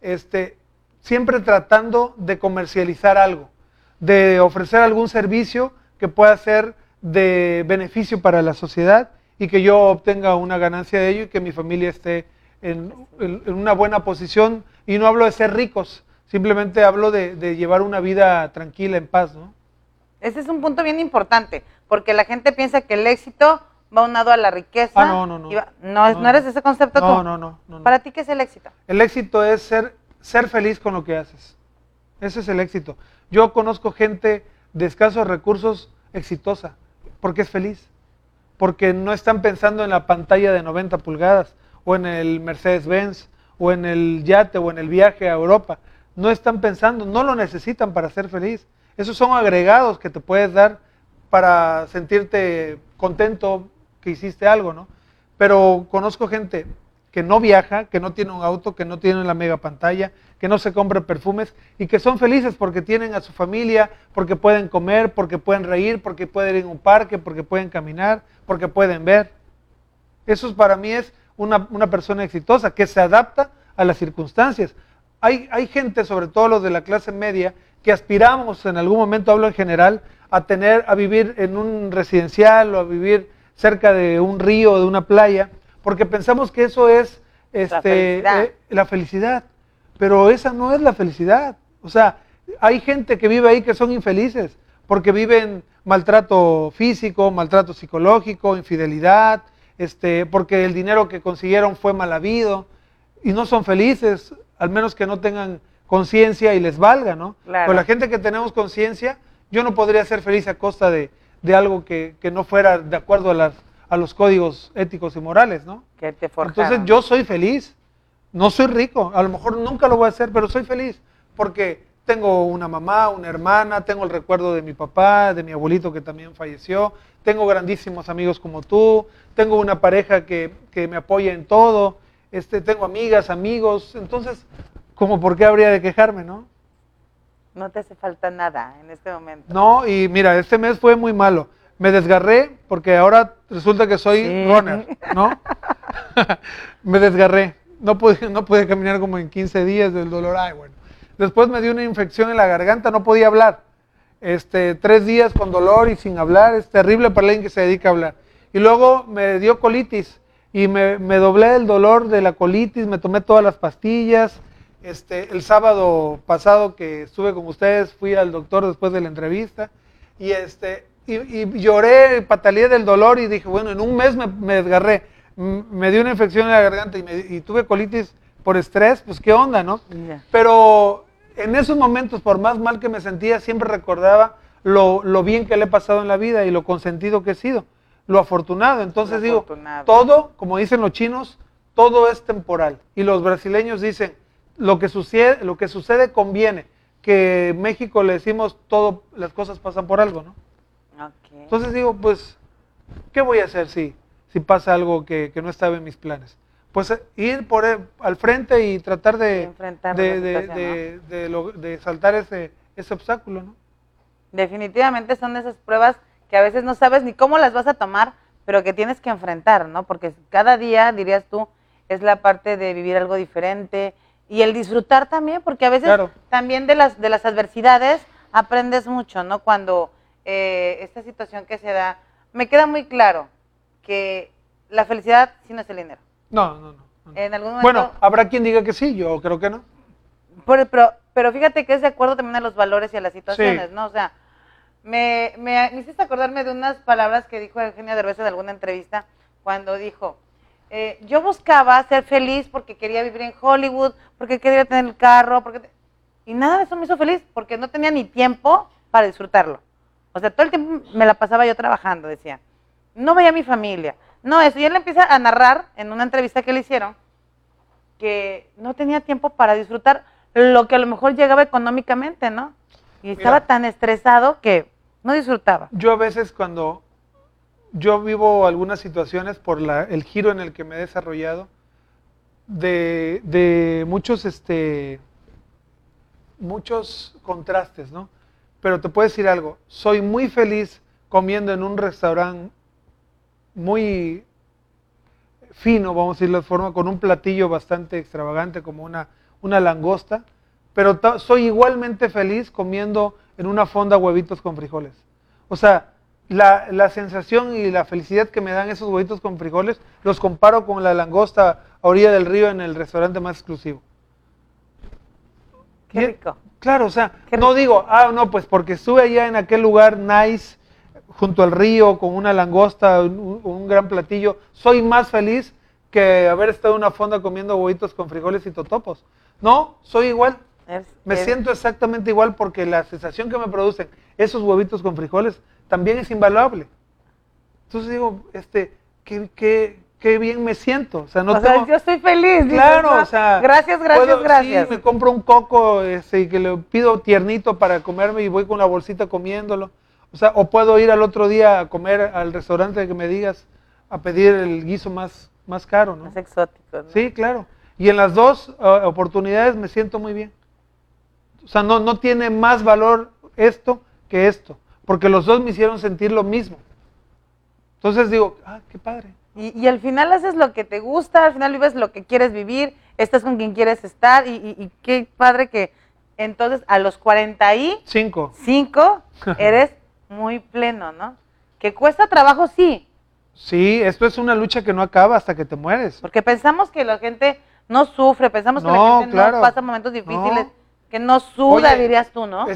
siempre tratando de comercializar algo, de ofrecer algún servicio que pueda ser de beneficio para la sociedad y que yo obtenga una ganancia de ello y que mi familia esté en una buena posición. Y no hablo de ser ricos, simplemente hablo de llevar una vida tranquila, en paz, ¿no? Ese es un punto bien importante, porque la gente piensa que el éxito va unado a la riqueza. No. ¿No eres de ese concepto tú? No. ¿Para ti qué es el éxito? El éxito es ser feliz con lo que haces. Ese es el éxito. Yo conozco gente de escasos recursos exitosa, porque es feliz, porque no están pensando en la pantalla de 90 pulgadas, o en el Mercedes-Benz, o en el yate, o en el viaje a Europa. No están pensando, no lo necesitan para ser feliz. Esos son agregados que te puedes dar para sentirte contento que hiciste algo, ¿no? Pero conozco gente que no viaja, que no tiene un auto, que no tiene la mega pantalla, que no se compra perfumes y que son felices porque tienen a su familia, porque pueden comer, porque pueden reír, porque pueden ir a un parque, porque pueden caminar, porque pueden ver. Eso para mí es una persona exitosa que se adapta a las circunstancias. Hay gente, sobre todo los de la clase media, que aspiramos en algún momento, hablo en general, a vivir en un residencial o a vivir cerca de un río o de una playa, porque pensamos que eso es la felicidad, pero esa no es la felicidad. O sea, hay gente que vive ahí que son infelices, porque viven maltrato físico, maltrato psicológico, infidelidad, porque el dinero que consiguieron fue mal habido, y no son felices, al menos que no tengan conciencia y les valga, ¿no? Claro. Con la gente que tenemos conciencia, yo no podría ser feliz a costa de algo que no fuera de acuerdo a los códigos éticos y morales, ¿no? Que te forjaron. Entonces yo soy feliz, no soy rico, a lo mejor nunca lo voy a hacer, pero soy feliz, porque tengo una mamá, una hermana, tengo el recuerdo de mi papá, de mi abuelito que también falleció, tengo grandísimos amigos como tú, tengo una pareja que me apoya en todo, tengo amigas, amigos, entonces, ¿cómo por qué habría de quejarme, no? No te hace falta nada en este momento. No, y mira, este mes fue muy malo. Me desgarré porque ahora resulta que soy runner, ¿no? Me desgarré. No pude caminar como en 15 días del dolor. Ay, bueno. Después me dio una infección en la garganta, no podía hablar. 3 días con dolor y sin hablar. Es terrible para alguien que se dedica a hablar. Y luego me dio colitis y me doblé el dolor de la colitis, me tomé todas las pastillas. El sábado pasado que estuve con ustedes, fui al doctor después de la entrevista y lloré, pataleé del dolor y dije, bueno, en un mes me desgarré, me dio una infección en la garganta y tuve colitis por estrés, pues qué onda, ¿no? Yeah. Pero en esos momentos, por más mal que me sentía, siempre recordaba lo bien que le he pasado en la vida y lo consentido que he sido, lo afortunado. Entonces digo, todo, como dicen los chinos, todo es temporal. Y los brasileños dicen, lo que sucede conviene, que en México le decimos, todo, las cosas pasan por algo, ¿no? Okay. Entonces digo, pues, ¿qué voy a hacer si pasa algo que no estaba en mis planes? Pues ir al frente y tratar de saltar ese obstáculo, ¿no? Definitivamente son esas pruebas que a veces no sabes ni cómo las vas a tomar, pero que tienes que enfrentar, ¿no? Porque cada día, dirías tú, es la parte de vivir algo diferente y el disfrutar también, porque a veces también de las adversidades aprendes mucho, ¿no? Cuando esta situación que se da, me queda muy claro que la felicidad sí no es el dinero. No. En algún momento, bueno, habrá quien diga que sí, yo creo que no. Pero fíjate que es de acuerdo también a los valores y a las situaciones, ¿no? O sea, me hiciste acordarme de unas palabras que dijo Eugenio Derbez en alguna entrevista, cuando dijo, yo buscaba ser feliz porque quería vivir en Hollywood, porque quería tener el carro, y nada de eso me hizo feliz, porque no tenía ni tiempo para disfrutarlo. O sea, todo el tiempo me la pasaba yo trabajando, decía. No veía a mi familia, no eso. Y él empieza a narrar en una entrevista que le hicieron que no tenía tiempo para disfrutar lo que a lo mejor llegaba económicamente, ¿no? Y estaba tan estresado que no disfrutaba. Yo a veces cuando yo vivo algunas situaciones por el giro en el que me he desarrollado, de muchos contrastes, ¿no? Pero te puedo decir algo, soy muy feliz comiendo en un restaurante muy fino, vamos a decirlo de forma, con un platillo bastante extravagante como una langosta, pero soy igualmente feliz comiendo en una fonda huevitos con frijoles. O sea, la sensación y la felicidad que me dan esos huevitos con frijoles los comparo con la langosta a orilla del río en el restaurante más exclusivo. Qué rico. Claro, o sea, no digo, no, pues porque estuve allá en aquel lugar nice, junto al río, con una langosta, un gran platillo, soy más feliz que haber estado en una fonda comiendo huevitos con frijoles y totopos. No, soy igual. Me siento exactamente igual porque la sensación que me producen esos huevitos con frijoles también es invaluable. Entonces digo, qué bien me siento. O sea, yo estoy feliz. Claro, ¿no? O sea, gracias. Sí, me compro un coco y que le pido tiernito para comerme y voy con la bolsita comiéndolo. O sea, o puedo ir al otro día a comer al restaurante que me digas a pedir el guiso más caro, ¿no? Más exótico, ¿no? Sí, claro. Y en las dos oportunidades me siento muy bien. O sea, no tiene más valor esto que esto, porque los dos me hicieron sentir lo mismo. Entonces digo, qué padre. Y al final haces lo que te gusta, al final vives lo que quieres vivir, estás con quien quieres estar, y qué padre que entonces a los 45 eres muy pleno, ¿no? Que cuesta trabajo, sí. Sí, esto es una lucha que no acaba hasta que te mueres. Porque pensamos que la gente no sufre, pensamos que la gente no pasa momentos difíciles, que no suda, dirías tú, ¿no?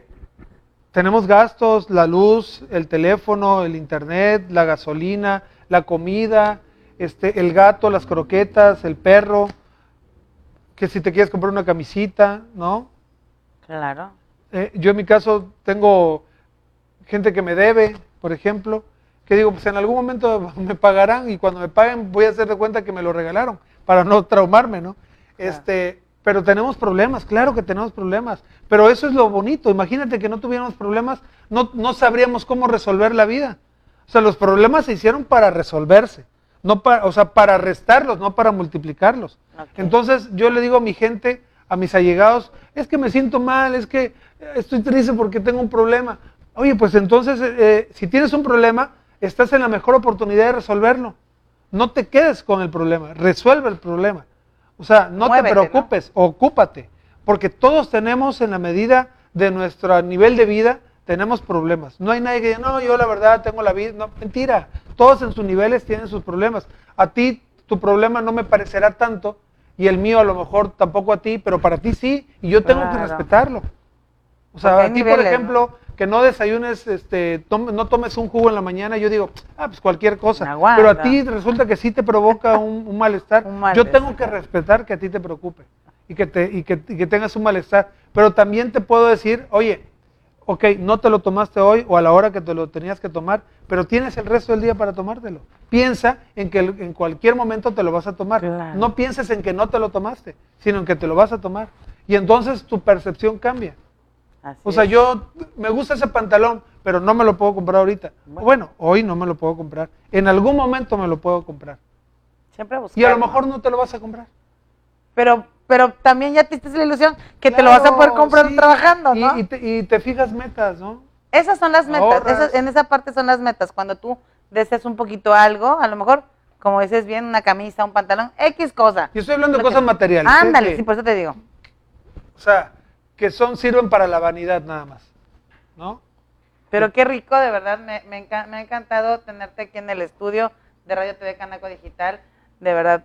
Tenemos gastos, la luz, el teléfono, el internet, la gasolina, la comida, el gato, las croquetas, el perro, que si te quieres comprar una camisita, ¿no? Claro. Yo en mi caso tengo gente que me debe, por ejemplo, que digo, pues en algún momento me pagarán y cuando me paguen voy a hacer de cuenta que me lo regalaron para no traumarme, ¿no? Claro. Pero tenemos problemas, claro que tenemos problemas, pero eso es lo bonito. Imagínate que no tuviéramos problemas, no sabríamos cómo resolver la vida. O sea, los problemas se hicieron para resolverse, para restarlos, no para multiplicarlos. Okay. Entonces yo le digo a mi gente, a mis allegados, es que me siento mal, es que estoy triste porque tengo un problema. Oye, pues entonces, si tienes un problema, estás en la mejor oportunidad de resolverlo. No te quedes con el problema, resuelve el problema. O sea, Muévete, te preocupes, ¿no? Ocúpate, porque todos tenemos en la medida de nuestro nivel de vida, tenemos problemas. No hay nadie que diga, no, yo la verdad tengo la vida. No, mentira, todos en sus niveles tienen sus problemas. A ti tu problema no me parecerá tanto y el mío a lo mejor tampoco a ti, pero para ti sí, y yo tengo que respetarlo. O sea, Porque hay a ti, niveles, por ejemplo, que no desayunes, no tomes un jugo en la mañana, yo digo, pues cualquier cosa. Pero a ti resulta que sí te provoca un malestar. Yo tengo que respetar que a ti te preocupe y que tengas un malestar. Pero también te puedo decir, oye, ok, no te lo tomaste hoy o a la hora que te lo tenías que tomar, pero tienes el resto del día para tomártelo. Piensa en que en cualquier momento te lo vas a tomar. Claro. No pienses en que no te lo tomaste, sino en que te lo vas a tomar. Y entonces tu percepción cambia. O sea, yo me gusta ese pantalón, pero no me lo puedo comprar ahorita. Bueno, hoy no me lo puedo comprar. En algún momento me lo puedo comprar. Siempre buscar, y a lo mejor no te lo vas a comprar. Pero también ya te hiciste la ilusión que te lo vas a poder comprar trabajando, ¿no? Y te fijas metas, ¿no? Esas son las metas, en esa parte son las metas. Cuando tú deseas un poquito algo, a lo mejor, como dices bien, una camisa, un pantalón, X cosa. Yo estoy hablando de cosas materiales. Ándale, sí, por eso te digo. O sea, que sirven para la vanidad nada más, ¿no? Pero qué rico, de verdad, me ha encantado tenerte aquí en el estudio de Radio TV Canaco Digital, de verdad.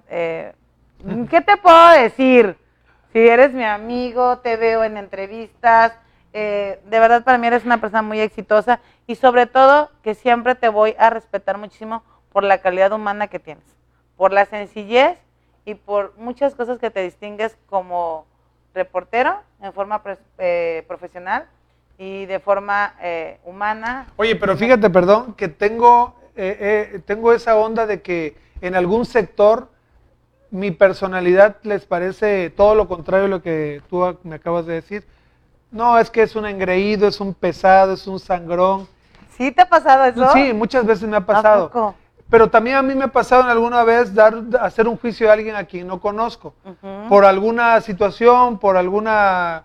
¿Qué te puedo decir? Si eres mi amigo, te veo en entrevistas, de verdad para mí eres una persona muy exitosa y sobre todo que siempre te voy a respetar muchísimo por la calidad humana que tienes, por la sencillez y por muchas cosas que te distingues como reportero en forma profesional y de forma humana. Oye, pero fíjate, perdón, que tengo esa onda de que en algún sector mi personalidad les parece todo lo contrario a lo que tú me acabas de decir. No, es que es un engreído, es un pesado, es un sangrón. ¿Sí te ha pasado eso? Sí, muchas veces me ha pasado. ¿A poco? Pero también a mí me ha pasado en alguna vez hacer un juicio de alguien a quien no conozco, por alguna situación, por alguna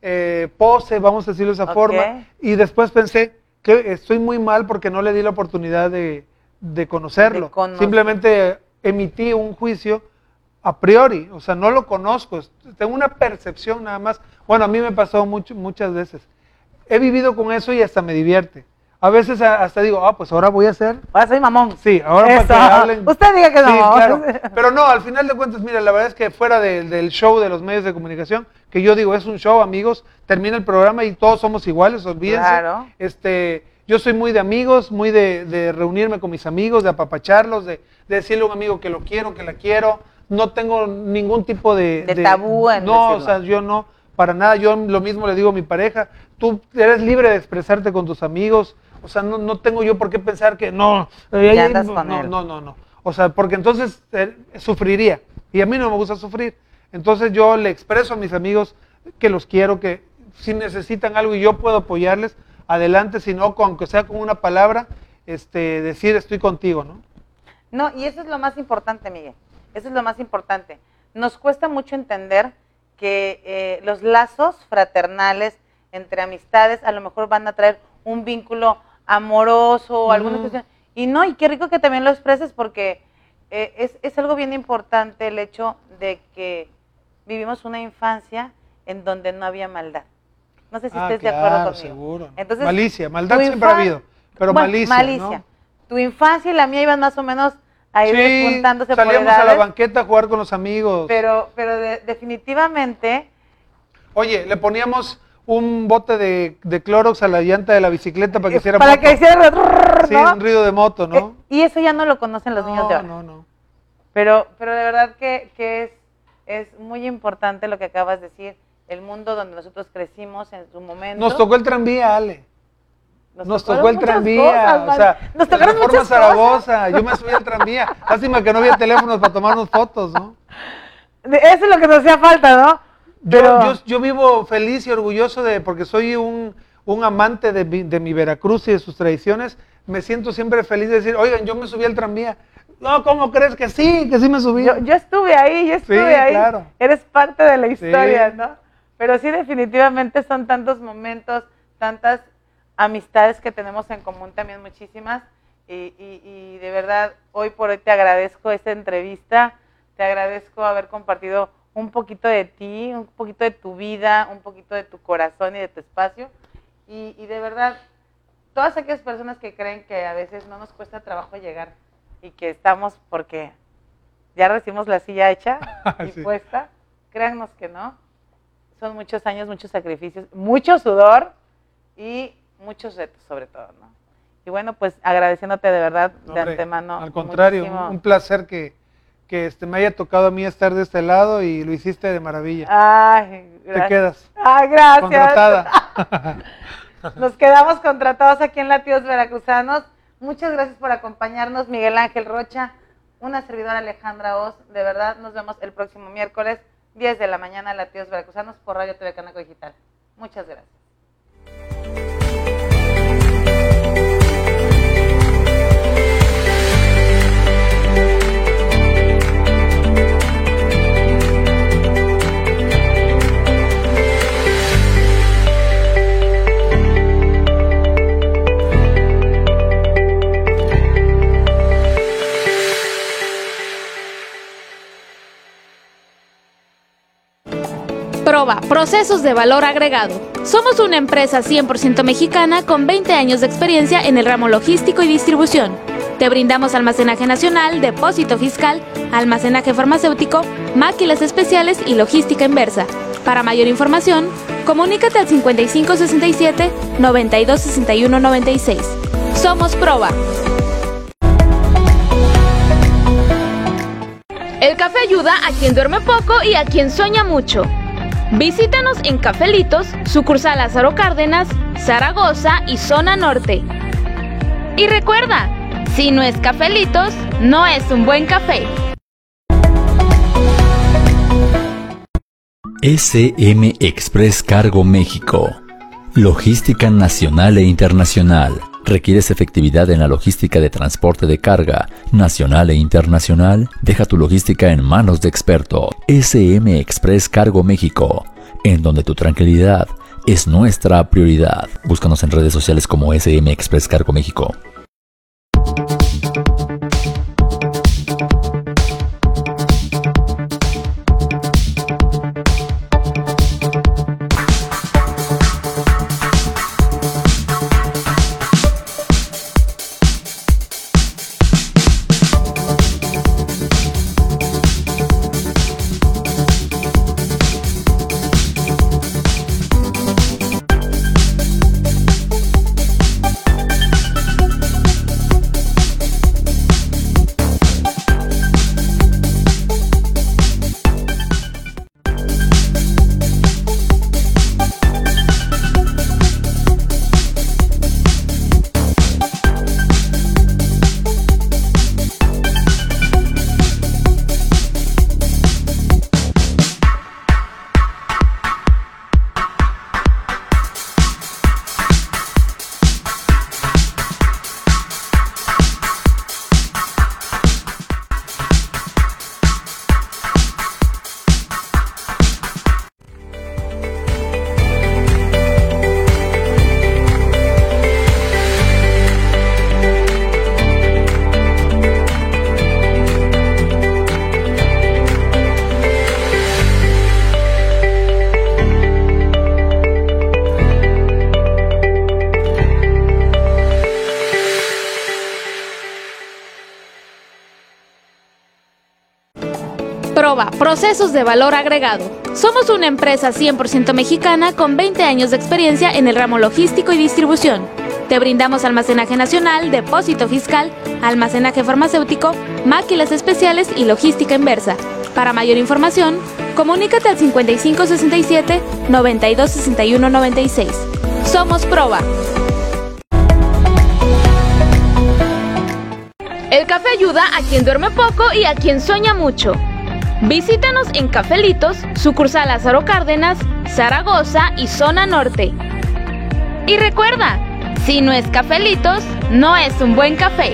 pose, vamos a decirlo de esa forma, y después pensé que estoy muy mal porque no le di la oportunidad de conocerlo. Simplemente emití un juicio a priori, o sea, no lo conozco, tengo una percepción nada más. Bueno, a mí me pasó muchas veces. He vivido con eso y hasta me divierte. A veces hasta digo, pues ahora voy a hacer. Ahora soy mamón. Sí, ahora eso. Para que hablen. Usted diga que no. Sí, claro. Pero no, al final de cuentas, mira, la verdad es que fuera del show de los medios de comunicación, que yo digo, es un show, amigos, termina el programa y todos somos iguales, olvídense. Claro. Yo soy muy de amigos, muy de reunirme con mis amigos, de apapacharlos, de decirle a un amigo que lo quiero, que la quiero. No tengo ningún tipo de tabú en no, decirlo. O sea, yo no, para nada. Yo lo mismo le digo a mi pareja, tú eres libre de expresarte con tus amigos. O sea, no tengo yo por qué pensar que no. No. O sea, porque entonces sufriría. Y a mí no me gusta sufrir. Entonces yo le expreso a mis amigos que los quiero, que si necesitan algo y yo puedo apoyarles, adelante. Si no, aunque sea con una palabra, decir estoy contigo, ¿no? No, y eso es lo más importante, Miguel. Eso es lo más importante. Nos cuesta mucho entender que los lazos fraternales entre amistades a lo mejor van a traer un vínculo amoroso o alguna cuestión. Y no, y qué rico que también lo expreses porque es algo bien importante el hecho de que vivimos una infancia en donde no había maldad. No sé si estés de acuerdo conmigo. Seguro. Entonces, malicia, maldad siempre ha habido, pero malicia, ¿no? Tu infancia y la mía iban más o menos a ir despuntándose por salíamos a la banqueta a jugar con los amigos. Pero definitivamente... Oye, le poníamos un bote de Clorox a la llanta de la bicicleta para que hiciera moto. Que hiciera sí, un ruido de moto, ¿no? Y eso ya no lo conocen los niños de ahora. No. Pero de verdad que es muy importante lo que acabas de decir, el mundo donde nosotros crecimos en su momento. Nos tocó el tranvía, Ale. Nos tocó el tranvía, cosas, o sea, nos tocaron de forma Zaragoza, yo me subí al tranvía, lástima que no había teléfonos para tomarnos fotos, ¿no? Eso es lo que nos hacía falta, ¿no? Yo vivo feliz y orgulloso porque soy un amante de mi Veracruz y de sus tradiciones, me siento siempre feliz de decir, oigan, yo me subí al tranvía. No, ¿cómo crees que sí me subí? Yo estuve ahí, claro. Eres parte de la historia, ¿no? Pero sí, definitivamente son tantos momentos, tantas amistades que tenemos en común también muchísimas y de verdad hoy por hoy te agradezco esta entrevista, te agradezco haber compartido un poquito de ti, un poquito de tu vida, un poquito de tu corazón y de tu espacio y de verdad todas aquellas personas que creen que a veces no nos cuesta trabajo llegar y que estamos porque ya recibimos la silla hecha y Sí. puesta. Créannos que no. Son muchos años, muchos sacrificios, mucho sudor y muchos retos sobre todo, ¿no? Y bueno, pues agradeciéndote de verdad, de Hombre, antemano. al contrario, muchísimo. un placer que me haya tocado a mí estar de este lado y lo hiciste de maravilla. Ay, gracias. Te quedas. Ay, gracias. Contratada. Nos quedamos contratados aquí en Latidos Veracruzanos. Muchas gracias por acompañarnos, Miguel Ángel Rocha, una servidora Alejandra Oz. De verdad, nos vemos el próximo miércoles, 10 de la mañana, Latidos Veracruzanos, por Radio TV Canaco Digital. Muchas gracias. Proba, procesos de valor agregado. Somos una empresa 100% mexicana con 20 años de experiencia en el ramo logístico y distribución. Te brindamos almacenaje nacional, depósito fiscal, almacenaje farmacéutico, máquinas especiales y logística inversa. Para mayor información, comunícate al 5567-926196. Somos Proba. El café ayuda a quien duerme poco y a quien sueña mucho. Visítanos en Cafelitos, sucursal Lázaro Cárdenas, Zaragoza y Zona Norte. Y recuerda, si no es Cafelitos, no es un buen café. SM Express Cargo México. Logística nacional e internacional. ¿Requieres efectividad en la logística de transporte de carga nacional e internacional? Deja tu logística en manos de expertos. SM Express Cargo México, en donde tu tranquilidad es nuestra prioridad. Búscanos en redes sociales como SM Express Cargo México. Proba, procesos de valor agregado. Somos una empresa 100% mexicana con 20 años de experiencia en el ramo logístico y distribución. Te brindamos almacenaje nacional, depósito fiscal, almacenaje farmacéutico, máquinas especiales y logística inversa. Para mayor información, comunícate al 5567-926196. Somos Proba. El café ayuda a quien duerme poco y a quien sueña mucho. Visítanos en Cafelitos, sucursal Lázaro Cárdenas, Zaragoza y Zona Norte. Y recuerda, si no es Cafelitos, no es un buen café.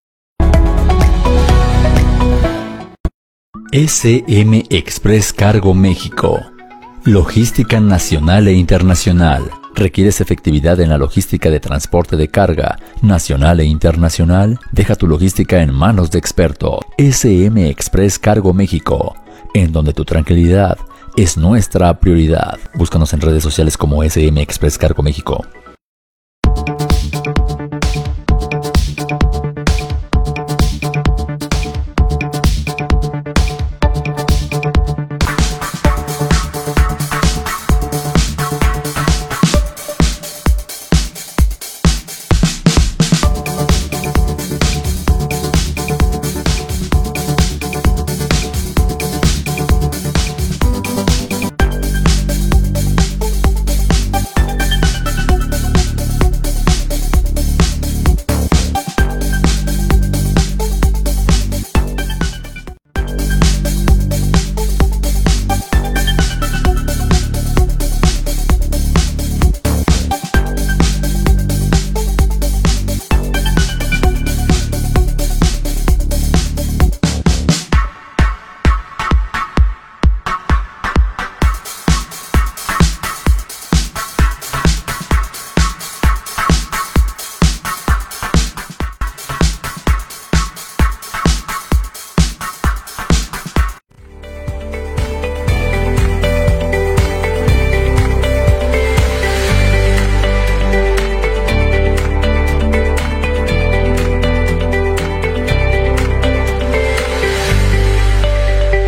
SM Express Cargo México. Logística nacional e internacional. ¿Requieres efectividad en la logística de transporte de carga nacional e internacional? Deja tu logística en manos de expertos. SM Express Cargo México, en donde tu tranquilidad es nuestra prioridad. Búscanos en redes sociales como SM Express Cargo México.